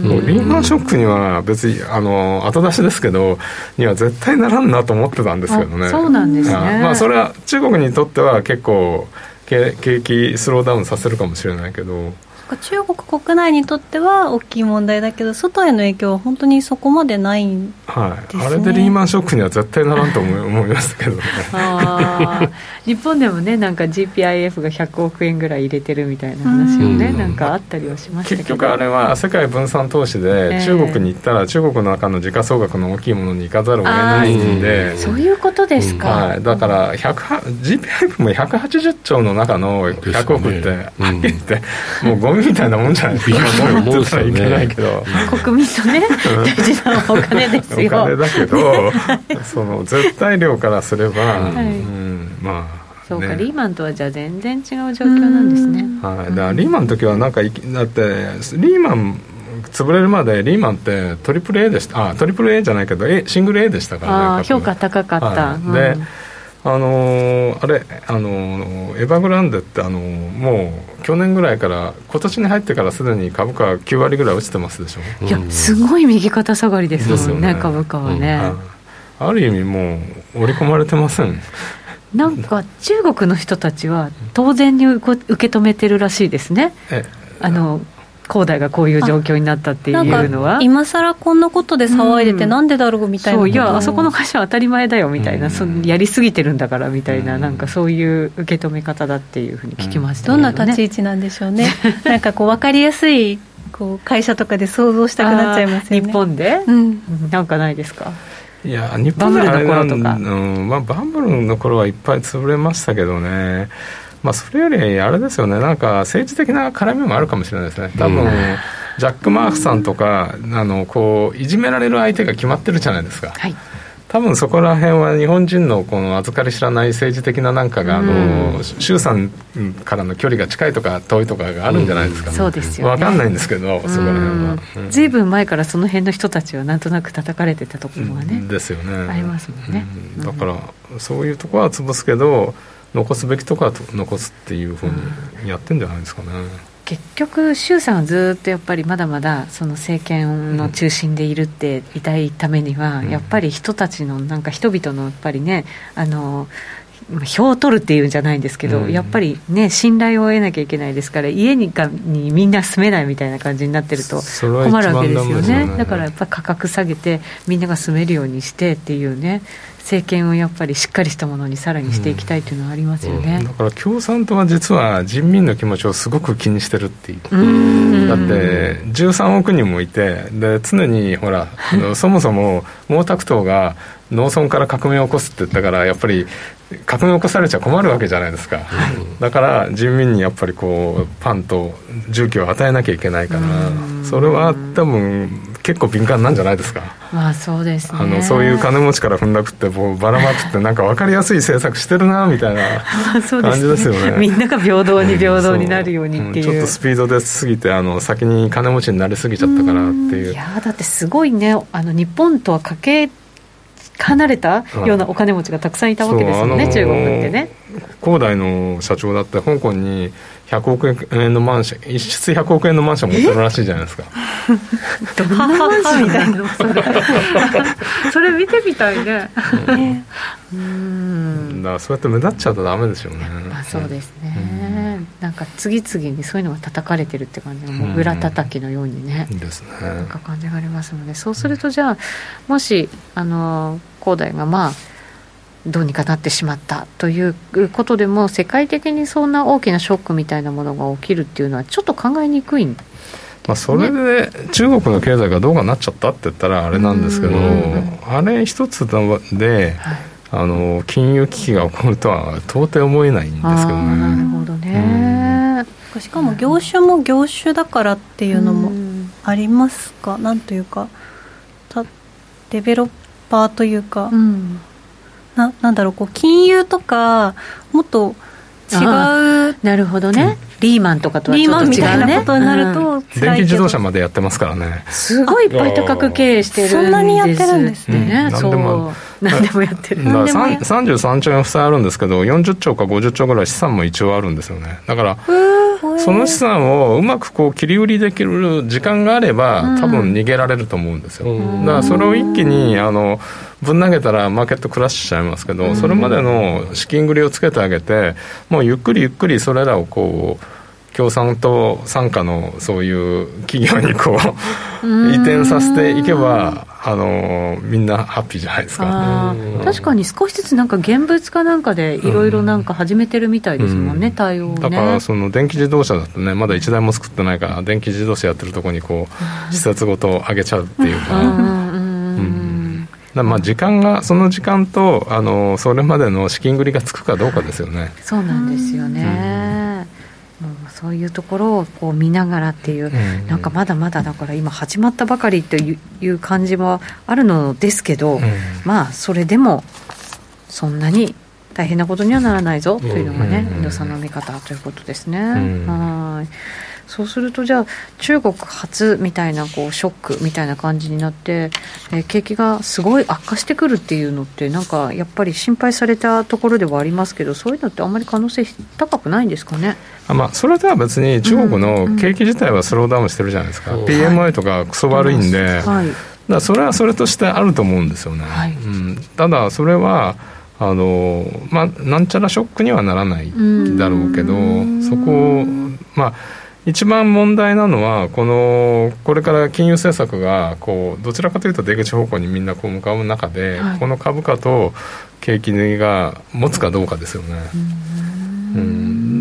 [SPEAKER 2] リーマンショックには別にあの後出しですけどには絶対ならんなと思ってたんですけどね。
[SPEAKER 1] そうなんですね。
[SPEAKER 2] まあ、それは中国にとっては結構景気スローダウンさせるかもしれないけど、
[SPEAKER 4] 中国国内にとっては大きい問題だけど外への影響は本当にそこまでないんですね。
[SPEAKER 2] はい、あれでリーマンショックには絶対ならんと思い、思いましたけどね。
[SPEAKER 1] あ日本でもねなんか ジーピーアイエフ がひゃくおくえんぐらい入れてるみたいな話をねなんかあったりはしましたけど、
[SPEAKER 2] 結局あれは世界分散投資で中国に行ったら中国の中の時価総額の大きいものに行かざるを得ないんで、
[SPEAKER 1] そういうことですか、
[SPEAKER 2] はい、だからひゃく ジーピーアイエフ もひゃくはちじゅっちょうの中のひゃくおくってはっきり言ってもうゴミみたいなもんじゃないですか。ゴミって言ったらいけないけど
[SPEAKER 1] 国民のね大事なお金ですよ。
[SPEAKER 2] お金だけどその絶対量からすれば、はい、うん、まあ
[SPEAKER 1] そうか、ね、リーマンとはじゃあ全然違う状況なんですね。
[SPEAKER 2] はい、だからリーマンの時はなんかだってリーマン潰れるまでリーマンってトリプル A でしたあトリプル A じゃないけど A シングル A でしたからね。
[SPEAKER 1] あ評価高かった、
[SPEAKER 2] はい、で、うんあのー、あれ、あのー、エヴァグランデって、あのー、もう去年ぐらいから今年に入ってからすでに株価きゅうわりぐらい落ちてますでしょ。
[SPEAKER 1] いやすごい右肩下がりですもん ね, ね株価はね、
[SPEAKER 2] うん、ある意味もう織り込まれてません。
[SPEAKER 1] なんか中国の人たちは当然に受け止めてるらしいですね。えあの恒大がこういう状況になったっていうのは
[SPEAKER 4] 今更こんなことで騒いでてなんでだろうみたいな、
[SPEAKER 1] うん、そういやあそこの会社は当たり前だよみたいな、うん、そやりすぎてるんだからみたいな、うん、なんかそういう受け止め方だっていうふうに聞きました、ね、
[SPEAKER 4] どんな立ち位置なんでしょうね。なんかこう分かりやすいこう会社とかで想像したくなっちゃいますよね。
[SPEAKER 1] 日本で、うん、なんかないですか。
[SPEAKER 2] いや日本であれなんバンブルの頃とか、うんまあ、バンブルの頃はいっぱい潰れましたけどね。まあ、それよりあれですよね、なんか政治的な絡みもあるかもしれないですね。多分、うん、ジャック・マークさんとかあのこういじめられる相手が決まってるじゃないですか、はい、多分そこら辺は日本人のこの預かり知らない政治的ななんかが、うん、あの習さんからの距離が近いとか遠いとかがあるんじゃないですか、ね、
[SPEAKER 1] うん、そうですよね。
[SPEAKER 2] 分かんないんですけど、そこら辺は、
[SPEAKER 1] うん、ずいぶん前からその辺の人たちはなんとなく叩かれてたところがね、
[SPEAKER 2] うん、ですよね、
[SPEAKER 1] ありますもんね、
[SPEAKER 2] うん、だからそういうところは潰すけど残すべきところは残すっていうふうにやってんじゃないですかね。
[SPEAKER 1] 結局習さんはずっとやっぱりまだまだその政権の中心でいるっていたいためには、うん、やっぱり人たちのなんか人々のやっぱりねあの票を取るっていうんじゃないんですけど、うん、やっぱりね信頼を得なきゃいけないですから家にかにみんな住めないみたいな感じになってると困るわけですよね。だからやっぱり価格下げてみんなが住めるようにしてっていうね政権をやっぱりしっかりしたものにさらにしていきたいというのはありますよね、
[SPEAKER 2] うんうん、だから共産党は実は人民の気持ちをすごく気にしてるっていう、うんだってじゅうさんおくにんもいてで常にほらそもそも毛沢東が農村から革命を起こすって言ったからやっぱり革命を起こされちゃ困るわけじゃないですか、はい、だから人民にやっぱりこうパンと住居を与えなきゃいけないからそれは多分結構敏感なんじゃないですか。
[SPEAKER 1] まあそうですね。
[SPEAKER 2] あのそういう金持ちから踏んだくってもうばらまくってなんか分かりやすい政策してるなみたいな感じですよね。
[SPEAKER 1] みんなが平等に平等になるようにっていう、
[SPEAKER 2] うん、ちょっとスピードで過ぎてあの先に金持ちになりすぎちゃったからっていう。
[SPEAKER 1] いやだってすごいねあの日本とはかけ離れたようなお金持ちがたくさんいたわけですよね、中国ってね。
[SPEAKER 2] 恒大の社長だって香港にひゃくおくえんのマンション一室ひゃくおくえんのマンション持ってるらしいじゃないですか。
[SPEAKER 1] どんなマンションみたいなそれそれ見てみたいね、うん、うん
[SPEAKER 2] だからそうやって目立っちゃうとダメですよね。
[SPEAKER 1] まあ、そうですね、うん、なんか次々にそういうのが叩かれてるって感じのもう裏叩きのようにね、
[SPEAKER 2] うん、ですね
[SPEAKER 1] なんか感じがありますのでそうするとじゃあもしあの恒大がまあどうにかなってしまったということでも世界的にそんな大きなショックみたいなものが起きるっていうのはちょっと考えにくいんで、
[SPEAKER 2] まあ、それで中国の経済がどうかなっちゃったって言ったらあれなんですけどあれ一つで、はい、あの金融危機が起こるとは到底思えないんですけどね。
[SPEAKER 1] なるほどね、
[SPEAKER 4] うん、しかも業種も業種だからっていうのもありますか。なんというかたデベロッパーというか、うんな, なんだろうこう金融とかもっと違う
[SPEAKER 1] なるほどね、うん、リーマンとかとはちょっと違うねリーマンみたいなことになると、うん、
[SPEAKER 2] 電気自動車までやってますからね。
[SPEAKER 1] すごいいっぱい高く経営してるんです
[SPEAKER 4] そんなにやってるんですね、
[SPEAKER 1] うん、何でも何でもやってる
[SPEAKER 2] だからさんじゅうさんちょうえん負債あるんですけどよんじゅっちょうかごじゅっちょうぐらい資産も一応あるんですよね。だからその資産をうまくこう切り売りできる時間があれば、うん、多分逃げられると思うんですよ、うん、だからそれを一気にあのぶん投げたらマーケットクラッシュしちゃいますけど、うん、それまでの資金繰りをつけてあげて、もうゆっくりゆっくりそれらをこう共産党傘下のそういう企業にこう移転させていけば、あのみんなハッピーじゃないですか。
[SPEAKER 1] 確かに少しずつなんか現物かなんかでいろいろなんか始めてるみたいですもんね、うん、対応ね。
[SPEAKER 2] だからその電気自動車だとね、まだいちだいも作ってないから電気自動車やってるところにこう施設ごと上げちゃうっていうか、うん、だまあ時間がその時間とあのそれまでの資金繰りがつくかどうかですよね。
[SPEAKER 1] そうなんですよね、うん、そういうところをこう見ながらっていう、うん、なんかまだまだだから今始まったばかりという感じはあるのですけど、うん、まあそれでもそんなに大変なことにはならないぞというのがね、井戸さんの見方ということですね、うん、はい。そうするとじゃあ中国発みたいなこうショックみたいな感じになって、えー、景気がすごい悪化してくるっていうのってなんかやっぱり心配されたところではありますけど、そういうのってあんまり可能性高くないんですかね。
[SPEAKER 2] あ、まあ、それとは別に中国の景気自体はスローダウンしてるじゃないですか、うんうん、ピーエムアイ とかクソ悪いんで、はい、だからそれはそれとしてあると思うんですよね、はい、うん、ただそれはあの、まあ、なんちゃらショックにはならないだろうけど、そこをまあ一番問題なのはこのこれから金融政策がこうどちらかというと出口方向にみんなこう向かう中で、はい、この株価と景気が持つかどうかですよね。うん、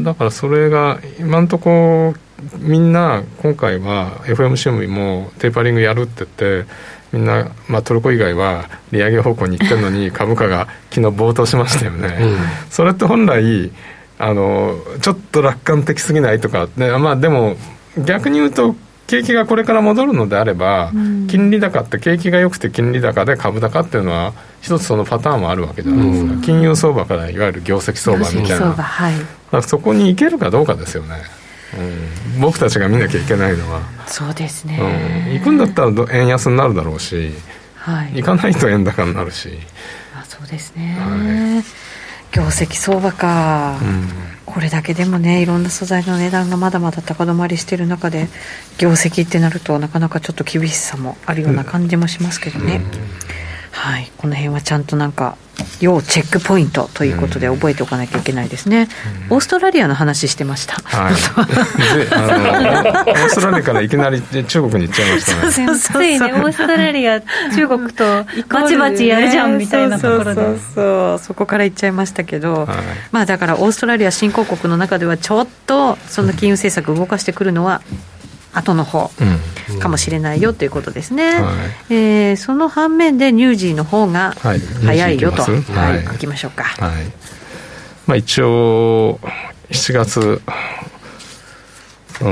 [SPEAKER 2] だからそれが今のところみんな今回は エフエムシー もテーパリングやるって言ってみんな、まあ、トルコ以外は利上げ方向に行ってるのに株価が昨日暴騰しましたよね、うん、それって本来あのちょっと楽観的すぎないとか、ね、まあ、でも逆に言うと景気がこれから戻るのであれば、うん、金利高って景気が良くて金利高で株高っていうのは一つそのパターンもあるわけじゃないですか、うん、金融相場からいわゆる業績相場みたいな、はい、だからそこに行けるかどうかですよね、うん、僕たちが見なきゃいけないのは
[SPEAKER 1] そうですね、
[SPEAKER 2] うん、行くんだったら円安になるだろうし、はい、行かないと円高になるし、
[SPEAKER 1] あ、そうですね、はい、業績相場か、うん、これだけでもねいろんな素材の値段がまだまだ高止まりしている中で業績ってなるとなかなかちょっと厳しさもあるような感じもしますけどね、うん、はい、この辺はちゃんとなんか要チェックポイントということで覚えておかなきゃいけないですね、うん、オーストラリアの話してました、はい、
[SPEAKER 2] であのオーストラリアからいきなり中国に行っちゃいましたね。
[SPEAKER 4] そうそうそう、ついねオーストラリア中国とバチバチやるじゃんみたいなところで、そうそうそうそう、そこから行っちゃいましたけど、はい、
[SPEAKER 1] まあだからオーストラリア新興国の中ではちょっとその金融政策動かしてくるのは後の方かもしれないよということですね、うん、はい、えー、その反面でニュージーの方が早いよと、はい、はい、いきましょうか、はい、
[SPEAKER 2] まあ、一応しちがつ、うん、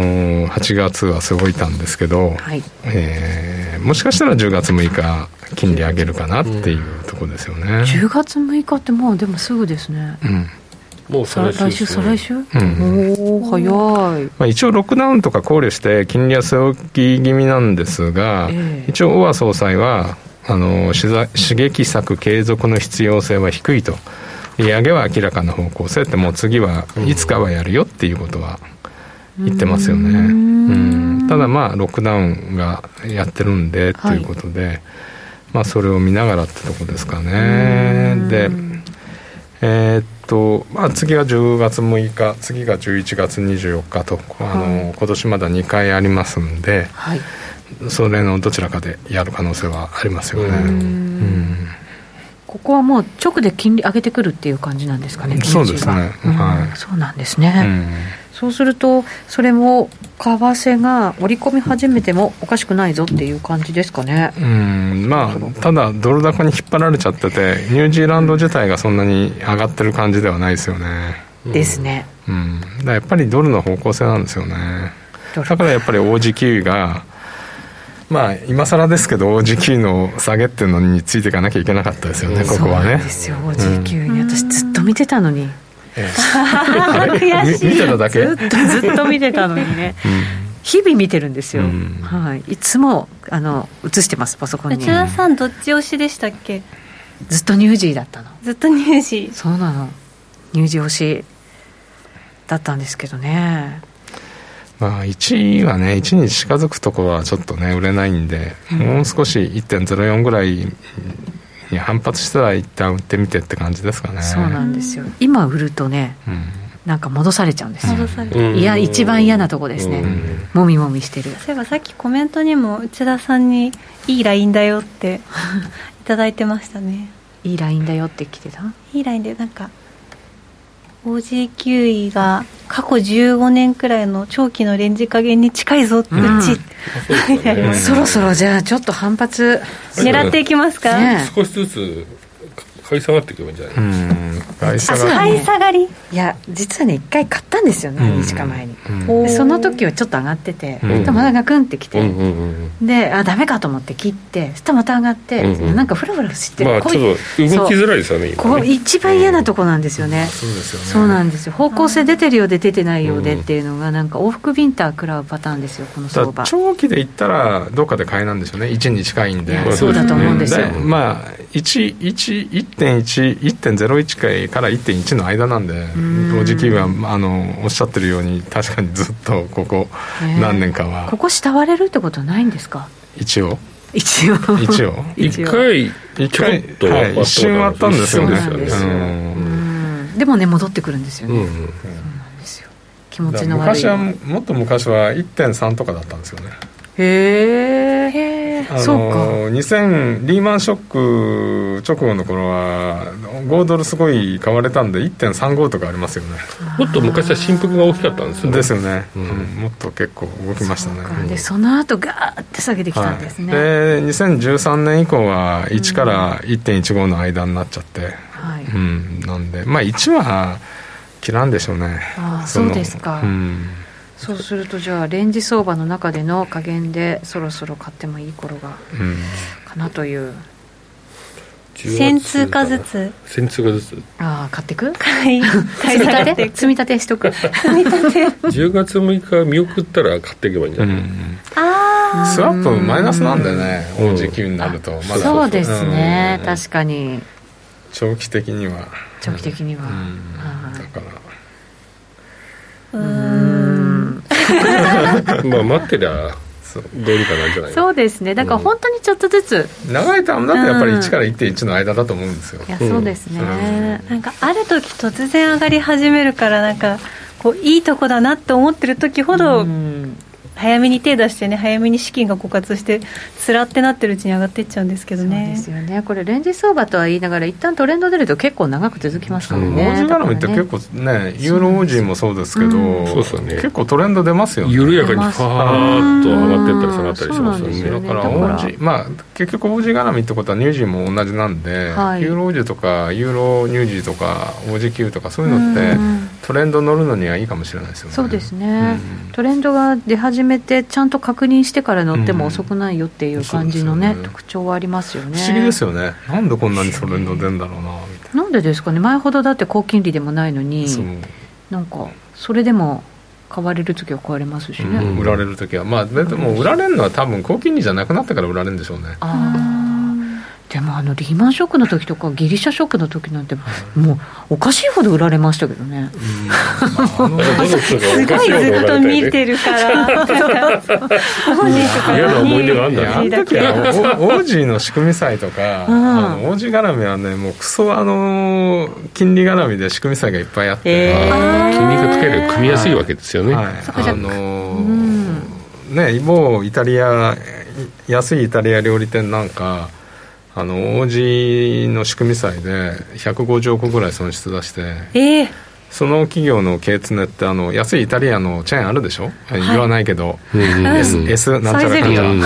[SPEAKER 2] はちがつはすごいたんですけど、はい、えー、もしかしたらじゅうがつむいか金利上げるかなっていうところですよね、うん、
[SPEAKER 1] じゅうがつむいかってもうでもすぐですね、うん、もう再来週再来週、うん、おー早い、
[SPEAKER 2] まあ、一応ロックダウンとか考慮して金利は据え置き気味なんですが、えー、一応大和総裁はあの刺激策継続の必要性は低いと、利上げは明らかな方向性ってもう次はいつかはやるよっていうことは言ってますよね、うん、ただまあロックダウンがやってるんでということで、はい、まあ、それを見ながらってとこですかね。で、えー、っとまあ、次がじゅうがつむいか、次がじゅういちがつにじゅうよっかと、あの、はい、今年まだにかいありますんで、はい、それのどちらかでやる可能性はありますよね。うん、うん、
[SPEAKER 1] ここはもう直で金利上げてくるっていう感じなんですかね。
[SPEAKER 2] そうですね、
[SPEAKER 1] うん、はい、そうなんですね、うん、そうするとそれも為替が織り込み始めてもおかしくないぞっていう感じですかね。
[SPEAKER 2] うん、まあ、ただドル高に引っ張られちゃっててニュージーランド自体がそんなに上がってる感じではないですよね。
[SPEAKER 1] ですね、
[SPEAKER 2] うん、だからやっぱりドルの方向性なんですよね。だからやっぱり オージーキュー がまあ今更ですけど オージーキュー の下げっていうのについていかなきゃいけなかったですよね、ここはね。そうなんですよ、 オージーキュー に私ずっと見てたのに、ええ、悔しい、見てただけ、ずっとずっと見てたのにね、うん、日々見てるんですよ、うん、はい、いつもあの映してますパソコンに。
[SPEAKER 4] 内田さんどっち推しでしたっけ。
[SPEAKER 1] ずっとニュージーだったの。
[SPEAKER 4] ずっとニュージー。
[SPEAKER 1] そうなの、ニュージー推しだったんですけどね。
[SPEAKER 2] まあ、いちはねいちに近づくところはちょっとね売れないんで、うん、もう少し いってんゼロよん ぐらいに反発したら一旦売ってみてって感じですかね。
[SPEAKER 1] そうなんですよ。今売るとね、うん、なんか戻されちゃうんですよ。
[SPEAKER 4] 戻される。
[SPEAKER 1] いや一番嫌なとこですね。もみもみしてる。
[SPEAKER 4] そういえばさっきコメントにも内田さんにいいラインだよっていただいてましたね。
[SPEAKER 1] いいラインだよって来てた。
[SPEAKER 4] いいラインでなんか オージーキューイー が過去じゅうごねんくらいの長期のレンジ加減に近いぞって、うん、
[SPEAKER 1] そろそろじゃあちょっと反発
[SPEAKER 4] 狙っていきますか、
[SPEAKER 3] ね、少しずつ買い下がっていけばいいんじゃないですか。うん
[SPEAKER 4] 買い下がり、買い下がり。
[SPEAKER 1] いや実はねいっかい買ったんですよね、何日か前に、うん、でその時はちょっと上がってて、うん、でまたガクンってきて、うんうんうん、であダメかと思って切ってそしたらまた上がって、うんうん、なんかフラフラしてる、
[SPEAKER 3] まあ、ちょっと動きづらいですよね今ね。
[SPEAKER 1] こう一番嫌なとこなんですよね、
[SPEAKER 2] うん、そうですよね。
[SPEAKER 1] そうなんですよ。方向性出てるようで出てないようでっていうのがなんか往復ビンター食らうパターンですよこの相場。
[SPEAKER 2] 長期でいったらどっかで買いなんですよね。いちに近いんで。
[SPEAKER 1] そうだと思うんですよ。
[SPEAKER 2] まあ いってんいち いってんゼロいち 回から いってんいち の間なんで、オージーキューイーはあのおっしゃってるように確かにずっとここ何年かは、えー、
[SPEAKER 1] ここ下割れるってことはないんですか。
[SPEAKER 2] 一応
[SPEAKER 1] 一応
[SPEAKER 2] 一応
[SPEAKER 3] 一回一回
[SPEAKER 2] ちょっと、はい、一瞬割ったんですよね。そうなんですよ。
[SPEAKER 1] うんでもね戻ってくるんですよね、うんうん、そうなんですよ。気持ちの悪い。
[SPEAKER 2] 昔はもっと昔は いってんさん とかだったんですよね。
[SPEAKER 1] へえ、そうか。
[SPEAKER 2] にせんリーマンショック直後の頃はごドルすごい買われたんで いってんさんご とかありますよね。
[SPEAKER 3] もっと昔は振幅が大きかったんですよね。
[SPEAKER 2] ですよね、うんうん、もっと結構動きましたね。
[SPEAKER 1] でその後ガーって下げてきたんですね、
[SPEAKER 2] はい、でにせんじゅうさんねん以降はいちから いってんいちご の間になっちゃって、はいうん、なんでまあいちは切らんでしょうね。
[SPEAKER 1] あそそうですか、うんそうするとじゃあレンジ相場の中での加減でそろそろ買ってもいい頃が、うん、かなという。
[SPEAKER 4] 先通貨ずつ
[SPEAKER 3] 先通貨ずつ
[SPEAKER 1] ああ買ってく
[SPEAKER 4] 買い
[SPEAKER 1] 積み立て積み立てしとく積み立て
[SPEAKER 3] じゅうがつむいか見送ったら買っていけばいいんじゃない、うん、
[SPEAKER 4] あ
[SPEAKER 2] スワップマイナスなんでね、オージーキューになると、まだ
[SPEAKER 1] そうですね、うん、確かに
[SPEAKER 2] 長期的には
[SPEAKER 1] 長期的には、うん
[SPEAKER 2] うん、だから
[SPEAKER 1] うーん
[SPEAKER 3] まあ待ってりゃどうにかなんじゃない。
[SPEAKER 1] そうですね。だから本当にちょっとずつ、
[SPEAKER 2] うん、長いタームだとやっぱりいちから いってんいち の間だと思うんですよ。
[SPEAKER 1] いやそうですね、
[SPEAKER 4] うん、なんかある時突然上がり始めるからなんかこういいとこだなって思ってる時ほど、うん早めに手出してね早めに資金が枯渇してつらってなってるうちに上がっていっちゃうんですけどね。
[SPEAKER 1] そうですよね。これレンジ相場とは言いながら一旦トレンド出ると結構長く続きますからね。オ
[SPEAKER 2] ージー絡みって結構ねユーロオージーもそうですけど、うん、そうですよね、結構トレンド出ますよね。
[SPEAKER 3] 緩やかにファーッと上がっていったり下がったりしますよね。
[SPEAKER 2] よねだからオージーまあ結局オージー絡みってことはニュージーも同じなんで、はい、ユーロオージーとかユーロニュージーとか オージーキュー とかそういうのってトレンド乗るのにはいいかもしれないですよね。
[SPEAKER 1] そうですね、うん、トレンドが出始めてちゃんと確認してから乗っても遅くないよっていう感じの ね,、うん、ね特徴はありますよね。
[SPEAKER 2] 不思議ですよね。なんでこんなにトレンド出るんだろうなみたいな。
[SPEAKER 1] なんでですかね。前ほどだって高金利でもないのになんかそれでも買われるときは買われますしね、
[SPEAKER 2] うん、売られるときはまあでも売られるのは多分高金利じゃなくなってから売られるんでしょうね。
[SPEAKER 1] あでもあのリーマンショックの時とかギリシャショックの時なんてもうおかしいほど売られましたけどね、うんまあ、あの
[SPEAKER 4] すごいずっと見てるから
[SPEAKER 3] 嫌な思い出があるんだな。
[SPEAKER 2] あの時はオージーの仕組み債とかあのオージー絡みはねもうクソあの金利絡みで仕組み債がいっぱいあって、え
[SPEAKER 3] ー、金利がつける組みやすいわけですよね、はいはい、
[SPEAKER 2] あのーうん、ねもうイタリア安いイタリア料理店なんかあの オージー の仕組み債でひゃくごじゅうおくぐらい損失出して、
[SPEAKER 1] えー、
[SPEAKER 2] その企業の経営ってあの安いイタリアのチェーンあるでしょ、はい、言わないけど、うん、S, S なんちゃらかんちゃら、うん、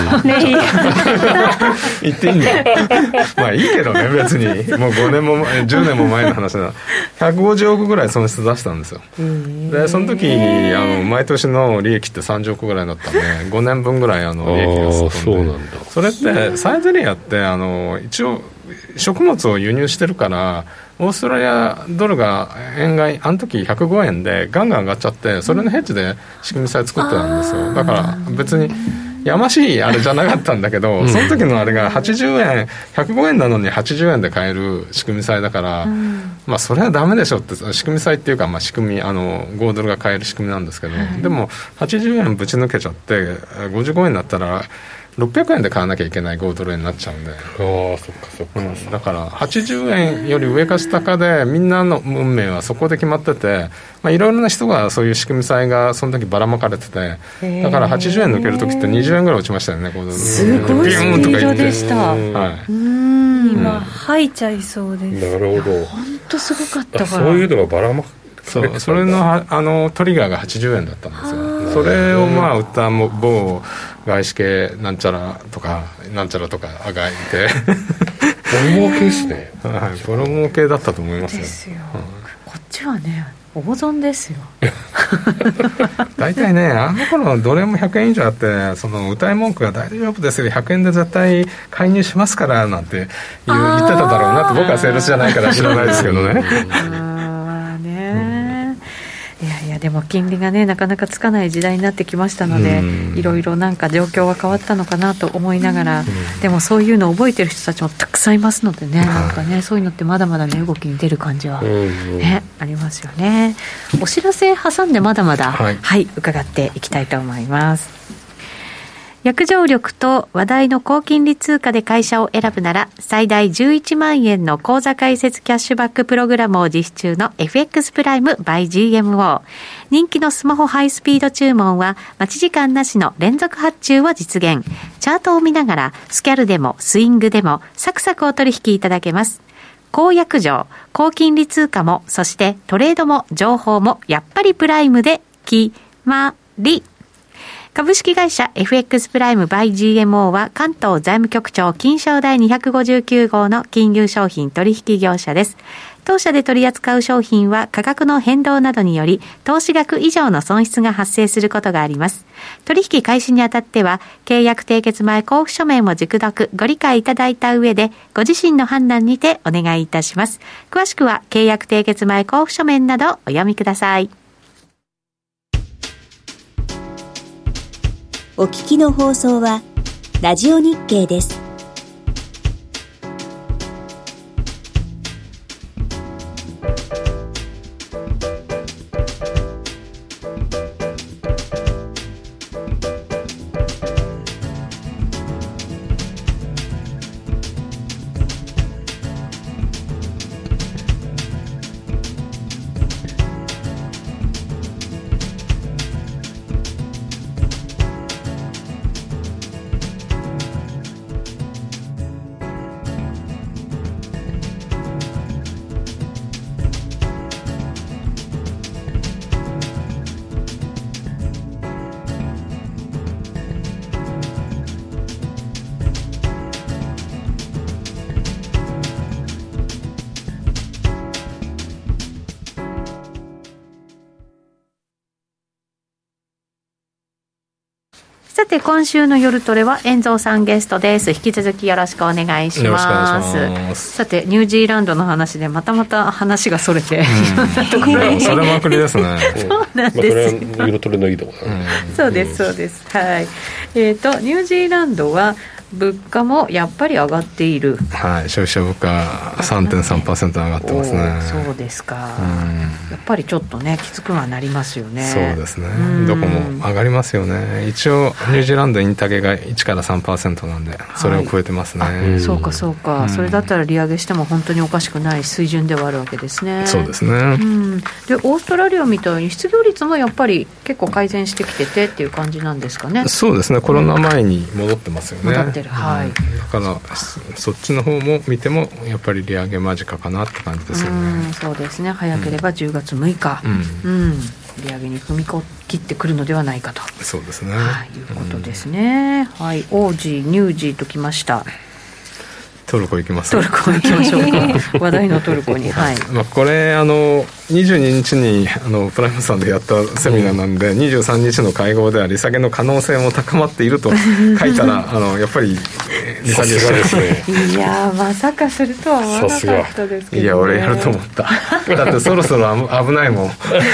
[SPEAKER 2] 言っていいんだまあいいけどね別にもうごねんもじゅうねんも前の話だ。ひゃくごじゅうおくぐらい損失出したんですよ。でその時あの毎年の利益ってさんじゅうおくぐらいだったんでごねんぶんぐらいあの利益がすったんで。そうなんだ。それってサイゼリアってあの一応食物を輸入してるからオーストラリアドルが円買いあの時ひゃくごえんでガンガン上がっちゃってそれのヘッジで仕組み債作ってたんですよ。だから別にやましいあれじゃなかったんだけど、うん、その時のあれがはちじゅうえんひゃくごえんなのにはちじゅうえんで買える仕組み債だから、うん、 まあ、それはダメでしょって仕組み債っていうか、まあ、仕組みあのごドルが買える仕組みなんですけど、はい、でもはちじゅうえんぶち抜けちゃってごじゅうごえんになったらろっぴゃくえんで買わなきゃいけないごドル円になっちゃうんで、あ
[SPEAKER 3] あそっかそっか、
[SPEAKER 2] うん、だからはちじゅうえんより上か下かでみんなの運命はそこで決まってて、まあ、いろいろな人がそういう仕組み債がその時ばらまかれてて、だからはちじゅうえん抜ける時ってにじゅうえんぐらい落ちましたよね、ごドル
[SPEAKER 1] すごいスピードでした。はい、
[SPEAKER 4] うん今吐いちゃいそうです。
[SPEAKER 3] なるほど、
[SPEAKER 1] 本当すごかったから、
[SPEAKER 3] そういうのがばらまか
[SPEAKER 2] そう、それ の, あのトリガーがはちじゅうえんだったんですよ。それをまあ売った某外資系なんちゃらとかなんちゃらとかがいて
[SPEAKER 3] ボロ儲けですね、
[SPEAKER 2] はい、ボロ儲けだったと思いますよ。
[SPEAKER 1] ですよ、うん、こっちはね大損ですよ
[SPEAKER 2] 大体ねあの頃どれもひゃくえん以上あって、その歌い文句が大丈夫ですよひゃくえんで絶対介入しますからなんて言, 言ってただろうなって、僕はセールスじゃないから知らないですけどね
[SPEAKER 1] いやいやでも金利がねなかなかつかない時代になってきましたので、いろいろなんか状況が変わったのかなと思いながら、でもそういうのを覚えてる人たちもたくさんいますのでね、なんかねそういうのってまだまだね動きに出る感じは、ね、ありますよね。お知らせ挟んでまだまだ、はい、はい、伺っていきたいと思います。約定力と話題の高金利通貨で会社を選ぶなら最大じゅういちまんえんの口座開設キャッシュバックプログラムを実施中の エフエックス プライム by ジーエムオー。 人気のスマホハイスピード注文は待ち時間なしの連続発注を実現。チャートを見ながらスキャルでもスイングでもサクサクお取引いただけます。高約定、高金利通貨もそしてトレードも情報もやっぱりプライムで決まり。株式会社 エフエックス プライム by ジーエムオー は関東財務局長金商第にひゃくごじゅうきゅう号の金融商品取引業者です。当社で取り扱う商品は価格の変動などにより投資額以上の損失が発生することがあります。取引開始にあたっては契約締結前交付書面を熟読ご理解いただいた上でご自身の判断にてお願いいたします。詳しくは契約締結前交付書面などお読みください。
[SPEAKER 5] お聞きの放送はラジオ日経です。
[SPEAKER 1] さて今週の夜トレは遠蔵さんゲストです。引き続きよろしくお願いします。よろしくお願いします。さてニュージーランドの話でまたまた話がそれて、
[SPEAKER 2] うん、それまくりですね
[SPEAKER 1] そうなんですよ、
[SPEAKER 3] まあ、これは夜トレのいいところだね、
[SPEAKER 1] うん、そうですそうです、はい。えーとニュージーランドは物価もやっぱり上がっている、
[SPEAKER 2] はい、消費者物価 さんてんさんパーセント 上がってますね。
[SPEAKER 1] そうですか、うん、やっぱりちょっとねきつくはなりますよね。
[SPEAKER 2] そうですね、どこも上がりますよね。一応ニュージーランドインタゲがいちから さんパーセント なんでそれを超えてますね、はい、
[SPEAKER 1] そうかそうか、うん、それだったら利上げしても本当におかしくない水準ではあるわけですね。
[SPEAKER 2] そうですね、
[SPEAKER 1] うん、でオーストラリアみたいに失業率もやっぱり結構改善してきててっていう感じなんですかね。
[SPEAKER 2] そうですね、コロナ前に戻ってますよね。
[SPEAKER 1] 戻ってる、はい、
[SPEAKER 2] だからそっちの方も見てもやっぱり利上げ間近かなって感じですよね。
[SPEAKER 1] うん、そうですね、早ければじゅうがつむいか、うんうん、利上げに踏み切ってくるのではないかと。
[SPEAKER 2] そうですね、
[SPEAKER 1] はい、いうことですね、うん、はい。オージーニュージーときました。
[SPEAKER 2] トルコ行きます。
[SPEAKER 1] トルコ行きましょうか話題のトルコに、はい。
[SPEAKER 2] まあ、これあのにじゅうににちにあのプライムさんでやったセミナーなんで、うん、にじゅうさんにちの会合では利下げの可能性も高まっていると書いたらあのやっぱぱり利下げしたですね。
[SPEAKER 1] いやまさかするとは思わなかったですけど、ね、
[SPEAKER 2] いや俺やると思っただってそろそろ危ないもん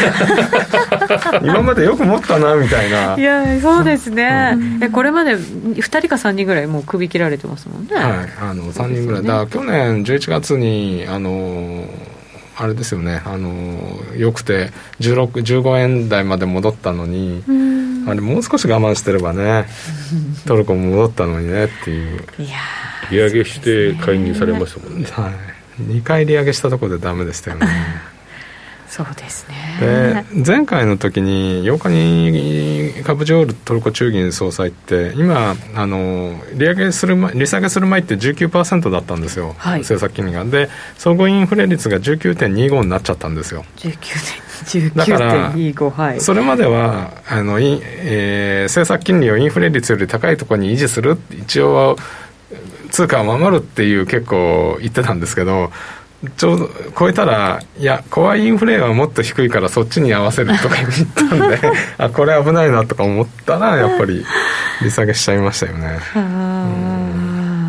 [SPEAKER 2] 今までよく持ったなみたいな。
[SPEAKER 1] いやそうですね、うん、えこれまでふたりかさんにんぐらいもう首切られてますもんね。
[SPEAKER 2] はい、あのさんにんぐらいだ。去年じゅういちがつにあのあれですよね、あのよくてじゅうろく、じゅうごえん台まで戻ったのに、あれもう少し我慢してればねトルコも戻ったのにねっていう。
[SPEAKER 1] いや
[SPEAKER 3] 利上げして介入されましたもんね、
[SPEAKER 2] はい、にかい利上げしたところでダメでしたよね
[SPEAKER 1] そうですね。
[SPEAKER 2] で前回の時にようかに株ジョールトルコ中銀総裁って今あの利上げする前利下げする前って じゅうきゅうパーセント だったんですよ、はい、政策金利が。で総合インフレ率が じゅうきゅうてんにご になっちゃったんですよ。
[SPEAKER 1] じゅうきゅうてんにご、はい、
[SPEAKER 2] それまではあの、えー、政策金利をインフレ率より高いところに維持する、一応通貨を守るっていう結構言ってたんですけど、ちょうど超えたら、いやコアインフレはもっと低いからそっちに合わせるとか言ったんであこれ危ないなとか思ったらやっぱり利下げしちゃいましたよね。
[SPEAKER 1] あ、うん、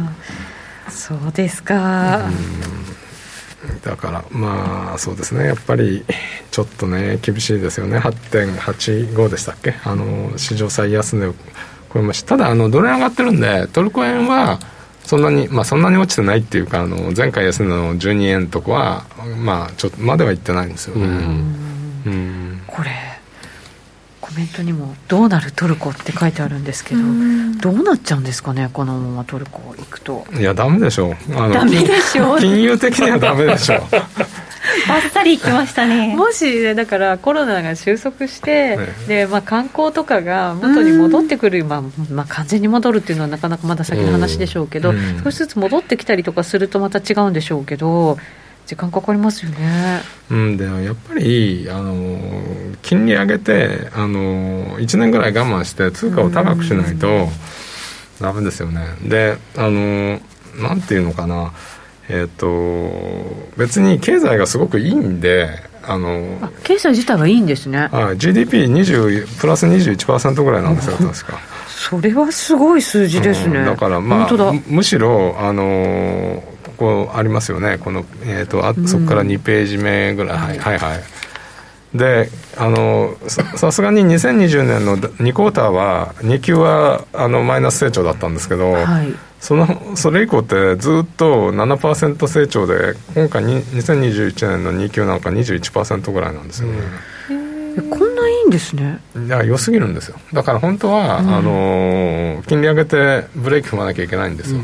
[SPEAKER 1] そうですか、
[SPEAKER 2] うん、だからまあそうですね、やっぱりちょっとね厳しいですよね。 はちてんはちご でしたっけ、あの史上最安値を超えました。ただあのドル円上がってるんでトルコ円はそんなに、まあ、そんなに落ちてないっていうか、あの前回安値のじゅうにえんとかは、まあ、ちょっとまではいってないんですよね。うん
[SPEAKER 1] うんこれコメントにもどうなるトルコって書いてあるんですけど、どうなっちゃうんですかね、このままトルコ行くと。
[SPEAKER 2] いやダメでしょう、あの
[SPEAKER 1] ダメでしょう
[SPEAKER 2] 金融的にはダメでしょう
[SPEAKER 4] バッサリいきましたね。
[SPEAKER 1] もし、ね、だからコロナが収束して、ねでまあ、観光とかが元に戻ってくる、まあまあ、完全に戻るっていうのはなかなかまだ先の話でしょうけど、少しずつ戻ってきたりとかするとまた違うんでしょうけど、時間かかりますよね。
[SPEAKER 2] うん、でやっぱりあの金利上げてあのいちねんぐらい我慢して通貨を高くしないとダメですよね。であのなんていうのかな、えー、と別に経済がすごくいいんで、あの
[SPEAKER 1] あ経済自体はいいんですね。
[SPEAKER 2] あ ジーディーピーにじゅう プラス にじゅういちパーセント ぐらいなんですよ確か。
[SPEAKER 1] それはすごい数字ですね、
[SPEAKER 2] うん、だからまあむしろあのここありますよね、この、えー、とあそこからにページ目ぐらい、うん、はいはいはいであの さ, さすがににせんにじゅうねんのにクォーターはに級はあのマイナス成長だったんですけど、はい、そのそれ以降ってずっと ななパーセント 成長で、今回ににせんにじゅういちねんのに級なんか にじゅういちパーセント ぐらいなんですよね、
[SPEAKER 1] うん、こんないいんですね。
[SPEAKER 2] いや良すぎるんですよ。だから本当は、うん、あの金利上げてブレーキ踏まなきゃいけないんですよ、うん、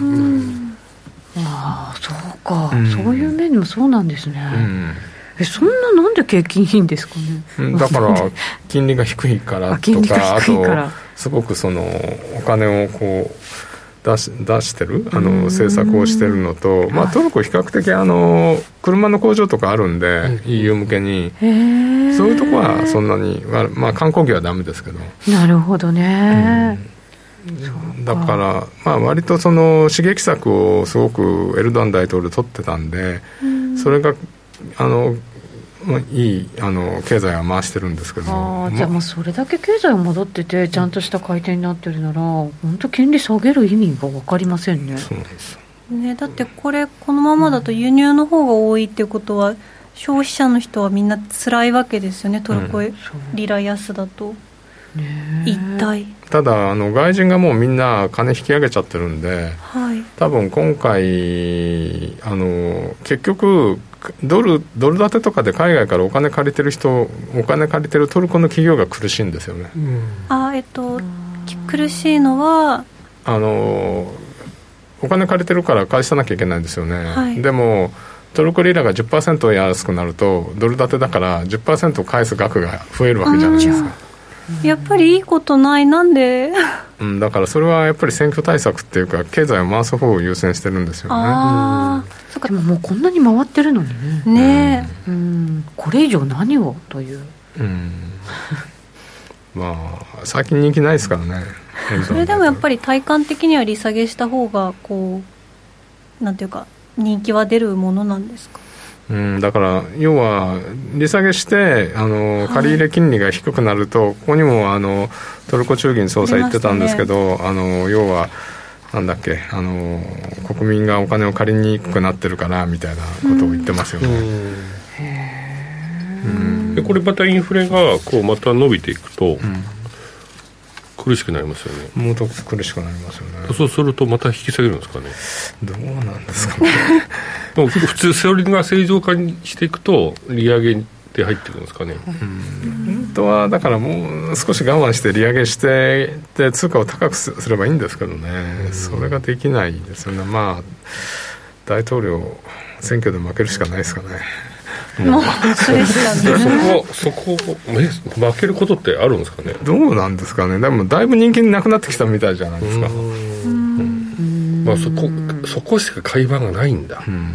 [SPEAKER 1] ああそうか、うん、そういう面でもそうなんですね、うんえそんななんで景気いいんですかね。
[SPEAKER 2] だから金利が低いからとか、あとすごくそのお金をこう出し、出してるあの政策をしてるのと、まあ、トルコ比較的あの車の工場とかあるんで イーユー 向けに、そういうとこはそんなに、まあ、観光業はダメですけど。
[SPEAKER 1] なるほどね、
[SPEAKER 2] うん、だから、まあ、割とその刺激策をすごくエルドアン大統領取ってたんで、それがあのいいあの経済は回してるんですけど、
[SPEAKER 1] あじゃあもうそれだけ経済が戻っててちゃんとした回転になってるなら本当金利下げる意味が分かりませんね。
[SPEAKER 2] そうなんです
[SPEAKER 4] ね。だってこれこのままだと輸入の方が多いってことは、うん、消費者の人はみんな辛いわけですよね、トルコリラ安だと、うん、一体
[SPEAKER 2] ただあの外人がもうみんな金引き上げちゃってるんで、はい、多分今回あの結局ドル、ドル建てとかで海外からお金借りてる人、お金借りてるトルコの企業が苦しいんですよね、うん、
[SPEAKER 4] あえっと苦しいのは
[SPEAKER 2] あのお金借りてるから返さなきゃいけないんですよね、はい、でもトルコリラが じゅっパーセント 安くなるとドル建てだから じゅっパーセント 返す額が増えるわけじゃないですか。
[SPEAKER 4] やっぱりいいことない、なんで、
[SPEAKER 2] うん、だからそれはやっぱり選挙対策っていうか経済を回す方を優先してるんですよね。
[SPEAKER 1] あ、うん、そっか。でももうこんなに回ってるのにね、ね、うん、うん、これ以上何をという、うん、
[SPEAKER 2] まあ最近人気ないですからね
[SPEAKER 4] それでもやっぱり体感的には利下げした方がこうなんていうか人気は出るものなんですか。
[SPEAKER 2] うん、だから要は利下げしてあの借入金利が低くなると、はい、ここにもあのトルコ中銀総裁言ってたんですけど、ね、あの要はなんだっけあの国民がお金を借りにくくなってるからみたいなことを言ってますよね。うん、
[SPEAKER 3] へー、でこれまたインフレがこうまた伸びていくと、うん、 苦しくなりますよね。
[SPEAKER 2] もっと苦しくなりますよね。
[SPEAKER 3] そうするとまた引き下げるんですかね。
[SPEAKER 2] どうなんですかね
[SPEAKER 3] でも普通それが正常化にしていくと利上げで入ってくるんですかね。
[SPEAKER 2] うん本当はだからもう少し我慢して利上げしてで通貨を高くすればいいんですけどね、それができないですよね。まあ大統領選挙で負けるしかないですかね。
[SPEAKER 4] もうそれしかね
[SPEAKER 3] そこそこえ負けることってあるんですかね。
[SPEAKER 2] どうなんですかね。でもだいぶ人気なくなってきたみたいじゃないですか。
[SPEAKER 3] うん、まあ、そこそこしか買い場がないんだ。うん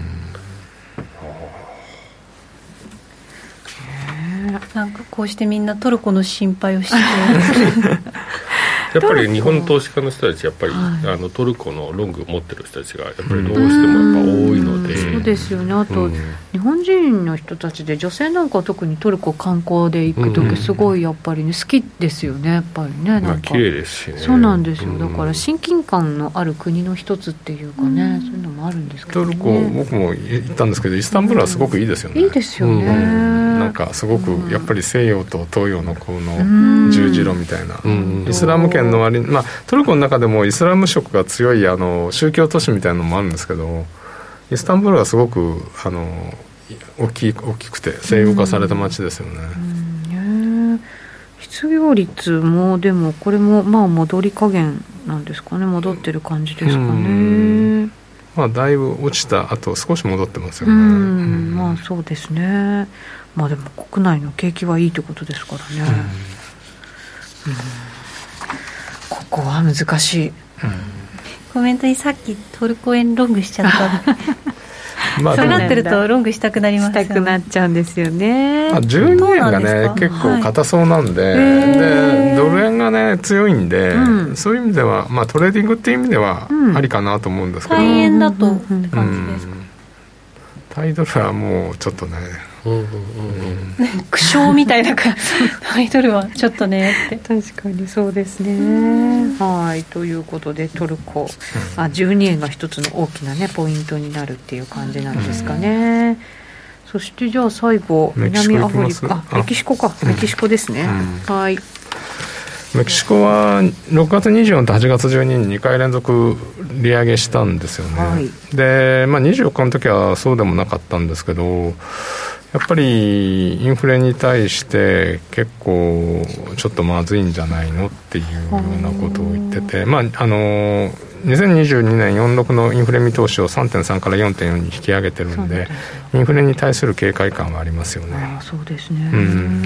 [SPEAKER 4] なんかこうしてみんなトルコの心配をして
[SPEAKER 3] やっぱり日本の投資家の人たちやっぱり、はい、あのトルコのロングを持ってる人たちがやっぱりどうしてもやっぱ多いので、
[SPEAKER 1] そうですよね。あと、うん、日本人の人たちで女性なんかは特にトルコ観光で行くときすごいやっぱりね好きですよね。やっぱりねなんか、
[SPEAKER 3] まあ、綺麗ですしね。
[SPEAKER 1] そうなんですよ。だから親近感のある国の一つっていうかね、うん、そういうのもあるんですけどね。
[SPEAKER 2] トルコ僕も行ったんですけどイスタンブールはすごくいいですよね。
[SPEAKER 1] いいですよね、
[SPEAKER 2] うん、なんかすごくやっぱり西洋と東洋のこの十字路みたいな、うん、イスラム圏の割に、まあ、トルコの中でもイスラム色が強いあの宗教都市みたいなのもあるんですけど、イスタンブールはすごくあの大きい大きくて西洋化された街ですよね。
[SPEAKER 1] うんうん、失業率もでもこれもまあ戻り加減なんですかね。戻ってる感じですかね。
[SPEAKER 2] まあ、だいぶ落ちた後少し戻ってますよね。うん、
[SPEAKER 1] うん、まあそうですね。まあでも国内の景気はいいってことですからね。うんうん、ここは難しい。うん、
[SPEAKER 4] コメントにさっきトルコ円ロングしちゃったまあそうなってるとロングしたくなりますよね。
[SPEAKER 1] したくなっちゃうんですよね。
[SPEAKER 2] まあ、じゅうにえんがね結構硬そうなんで、はい、でドル円がね強いんで、うん、そういう意味では、まあ、トレーディングっていう意味ではありかなと思うんですけど、
[SPEAKER 4] 対円だとって感じですか。
[SPEAKER 2] 対ドルはもうちょっとね、うんうんうん、
[SPEAKER 4] 苦笑みたいなタイトルはちょっとねって
[SPEAKER 1] 確かにそうですね。はいということでトルコ、うん、あじゅうにえんが一つの大きな、ね、ポイントになるっていう感じなんですかね。うん、そしてじゃあ最後南アフリカメキシコかメキシコですね。うん、はい
[SPEAKER 2] メキシコはろくがつにじゅうよっかとはちがつじゅうににちににかい連続利上げしたんですよね。はい、で、まあ、にじゅうよっかの時はそうでもなかったんですけど、やっぱりインフレに対して結構ちょっとまずいんじゃないのっていうようなことを言ってて、まあ、あのにせんにじゅうにねんよんじゅうろくのインフレ見通しを さんてんさん から よんてんよん に引き上げてるんで、インフレに対する警戒感はありますよね。
[SPEAKER 1] あそうですね、うん、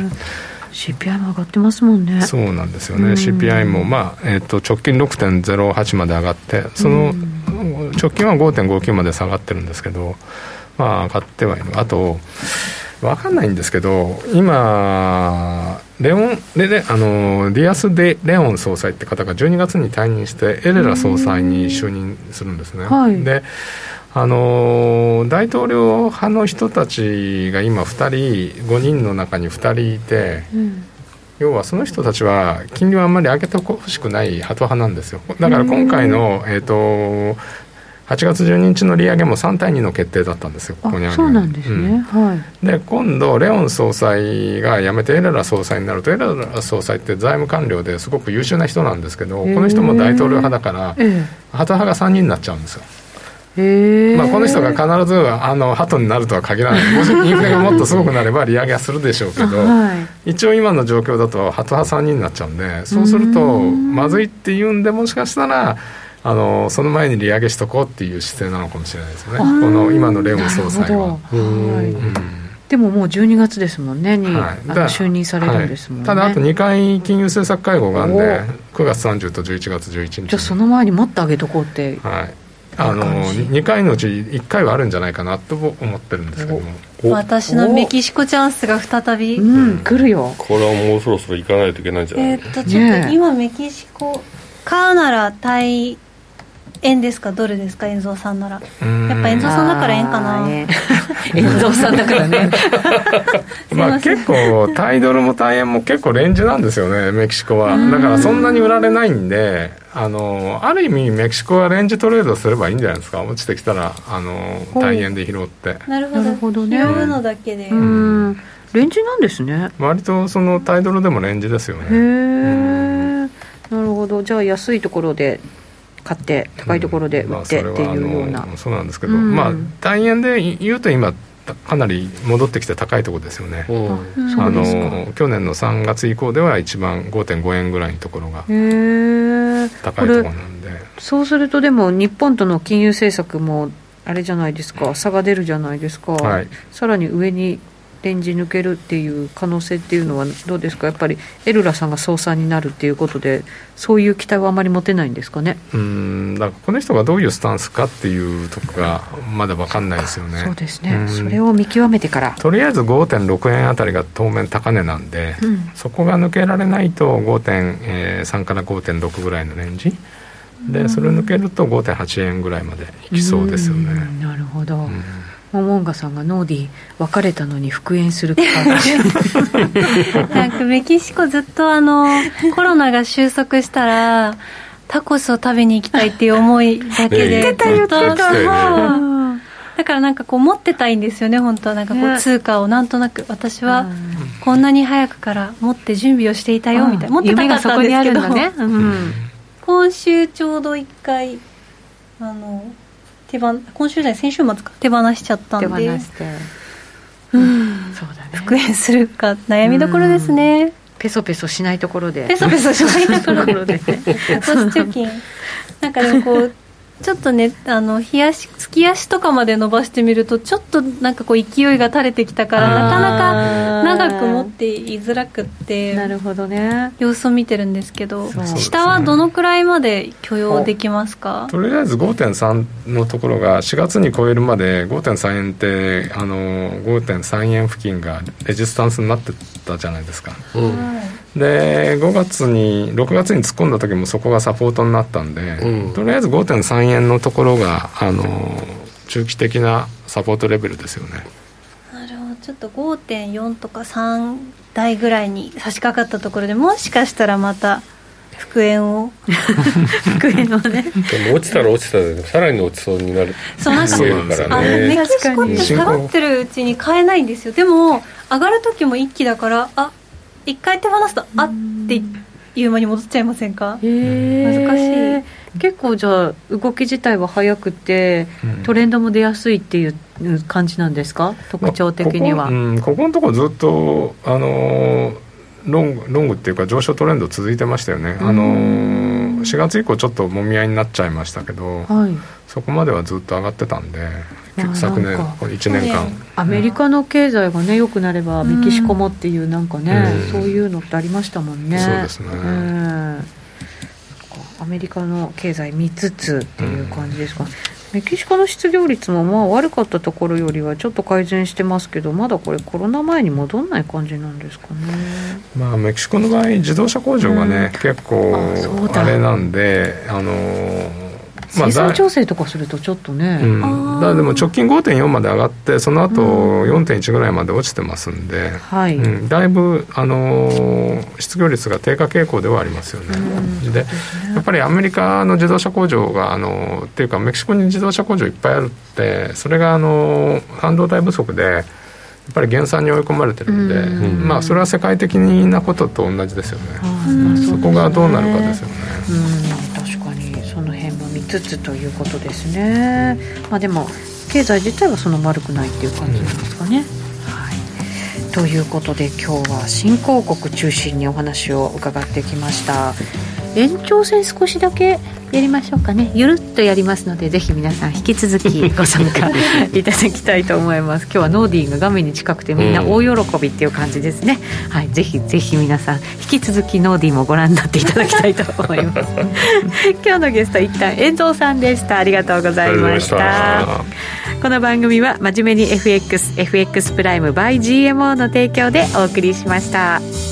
[SPEAKER 1] シーピーアイ も上がってますもんね。
[SPEAKER 2] そうなんですよね、うん、シーピーアイ も、まあえー、と直近 ろくてんゼロはち まで上がってその直近は ごてんごきゅう まで下がってるんですけど、まあ上がってはいる。あと分かんないんですけど今レオンレレあのディアス・デ・レオン総裁って方がじゅうにがつに退任してエレラ総裁に就任するんですね。はい、であの大統領派の人たちが今ふたりごにんの中にふたりいて、うん、要はその人たちは金利をあんまり上げてほしくないハト派なんですよ。だから今回の、えーとはちがつじゅうににちの利上げもさんたいにの決定だったんですよ。ここにある。
[SPEAKER 1] そうなんですね、うんはい、
[SPEAKER 2] で今度レオン総裁が辞めてエレラ総裁になると、エレラ総裁って財務官僚ですごく優秀な人なんですけど、この人も大統領派だから、ハト派がさんにんになっちゃうんですよ。へまあ、この人が必ずあのハトになるとは限らない。もしインフレがもっとすごくなれば利上げはするでしょうけど、はい、一応今の状況だとハト派さんにんになっちゃうんで、そうするとまずいっていうんで、もしかしたらあのその前に利上げしとこうっていう姿勢なのかもしれないですね、この今のレオン総裁は。はい、うん、
[SPEAKER 1] でももうじゅうにがつですもんねに、はい、あの就任されるんですもんね。
[SPEAKER 2] はい、ただあとにかい金融政策会合があるんでくがつさんじゅうとじゅういちがつじゅういちにち、
[SPEAKER 1] じゃあその前にもっと上げとこうって、
[SPEAKER 2] はい、あのにかいのうちいっかいはあるんじゃないかなと思ってるんですけども、
[SPEAKER 4] 私のメキシコチャンスが再び、
[SPEAKER 1] うん、来るよ。
[SPEAKER 3] これはもうそろそろ行かないといけないんじゃない、
[SPEAKER 4] えー、っとちょっと今メキシコカーなら対円ですかドルですか、遠蔵さんなら。やっぱ遠蔵さんだから円かな。
[SPEAKER 1] 遠蔵さんだからね
[SPEAKER 2] まあ結構対ドルも対円も結構レンジなんですよねメキシコは。だからそんなに売られないんで、あのある意味メキシコはレンジトレードすればいいんじゃないですか。落ちてきたらあの対円で拾って。
[SPEAKER 4] なるほど、なるほどね、拾うのだけで、
[SPEAKER 1] うん、レンジなんですね。
[SPEAKER 2] 割とその対ドルでもレンジですよね。
[SPEAKER 1] へー、なるほど。 じゃあ安いところで買って高いところで売ってっていうような、
[SPEAKER 2] うんまあ、それはあのそうなんですけど、うんまあ、単円で言うと今かなり戻ってきて高いところですよね、うん、あの去年のさんがつ以降では一番 ごてんごえんぐらいのところが高いところなんで、
[SPEAKER 1] そうするとでも日本との金融政策もあれじゃないですか、差が出るじゃないですか、はい、さらに上にレンジ抜けるっていう可能性っていうのはどうですか。やっぱりエルラさんが総裁になるっていうことでそういう期待はあまり持てないんですかね。
[SPEAKER 2] うーんだからこの人がどういうスタンスかっていうところがまだ分かんないですよね。
[SPEAKER 1] そうですね、それを見極めてから
[SPEAKER 2] とりあえず ごてんろくえんあたりが当面高値なんで、うん、そこが抜けられないと ごてんさん から ごてんろく ぐらいのレンジで、それを抜けると ごてんはちえんぐらいまでいきそうですよね。
[SPEAKER 1] なるほど、うんモモンガさんがノーディー別れたのに復縁するか
[SPEAKER 4] なんかメキシコずっとあのコロナが収束したらタコスを食べに行きたいっていう思いだけで
[SPEAKER 1] 言ってた言ってた
[SPEAKER 4] だからなんかこう持ってたいんですよね本当は。なんかこう通貨をなんとなく私はこんなに早くから持って準備をしていたよみたいな持ってたかったんですけど、ねうん、今週ちょうどいっかいあの手放今週じゃない先週末か手放しちゃったんで
[SPEAKER 1] 手放して、
[SPEAKER 4] うん、そうだね、復縁するか悩みどころですね。
[SPEAKER 1] ペソペソしないところで
[SPEAKER 4] ペソペソしないところで投資貯金なんかでもこうちょっとねあの日足月足とかまで伸ばしてみるとちょっとなんかこう勢いが垂れてきたからなかなか長く持っていづらくって
[SPEAKER 1] なるほどね
[SPEAKER 4] 様子を見てるんですけど、下はどのくらいまで許容できますか。
[SPEAKER 2] とりあえず ごてんさん のところがしがつに超えるまで ごてんさん 円ってあの ごてんさん 円付近がレジスタンスになってたじゃないですか、うんでごがつにろくがつに突っ込んだ時もそこがサポートになったんで、うん、とりあえず ごてんさん 円のところがあの中期的なサポートレベルですよね。
[SPEAKER 4] なるほど。ちょっと ごてんよん とかさん台ぐらいに差し掛かったところでもしかしたらまた復縁を復縁をね
[SPEAKER 3] でも落ちたら落ちたでさらに落ちそうになる
[SPEAKER 4] そうなんか
[SPEAKER 3] から
[SPEAKER 4] ね。メキシコって下がってるうちに買えないんですよ。でも上がる時も一気だからあ一回手放すとあっていう間に戻っちゃいませんか。へ難し
[SPEAKER 1] い。結構じゃあ動き自体は早くて、うん、トレンドも出やすいっていう感じなんですか特徴的には。
[SPEAKER 2] ここ、うん、ここのところずっとあのロング、ロングっていうか上昇トレンド続いてましたよね。あのしがつ以降ちょっともみ合いになっちゃいましたけど、はい、そこまではずっと上がってたんで昨年これいちねんかん
[SPEAKER 1] アメリカの経済がね良くなればメキシコもっていうなんかね、うん、そういうのってありましたもんね。
[SPEAKER 2] そうですね、うん、
[SPEAKER 1] アメリカの経済見つつっていう感じですか、うん、メキシコの失業率もまあ悪かったところよりはちょっと改善してますけどまだこれコロナ前に戻んない感じなんですかね。
[SPEAKER 2] まあメキシコの場合自動車工場がね、うん、結構あれなんであのー
[SPEAKER 1] 生産調整とかするとちょっとね、
[SPEAKER 2] うん、だでも直近 ごてんよん まで上がってその後 よんてんいち ぐらいまで落ちてますんで、はいうん、だいぶ、あのー、失業率が低下傾向ではありますよね、うん、でやっぱりアメリカの自動車工場があのー、っていうかメキシコに自動車工場いっぱいあるってそれがあのー、半導体不足でやっぱり減産に追い込まれてるんで、うんまあ、それは世界的なことと同じですよね、うん、そこがどうなるかですよね、
[SPEAKER 1] うん、確かにその辺も見つつということですね、うんまあ、でも経済自体はその悪くないっていう感じなんですかね、うんはい、ということで今日は新興国中心にお話を伺ってきました。延長戦少しだけやりましょうかね。ゆるっとやりますのでぜひ皆さん引き続きご参加いただきたいと思います。今日はノーディーが画面に近くてみんな大喜びっていう感じですね、うんはい、ぜひぜひ皆さん引き続きノーディーもご覧になっていただきたいと思います今日のゲスト一旦遠藤さんでした。ありがとうございました。この番組は真面目に エフエックス エフエックス プライム by ジーエムオー の提供でお送りしました。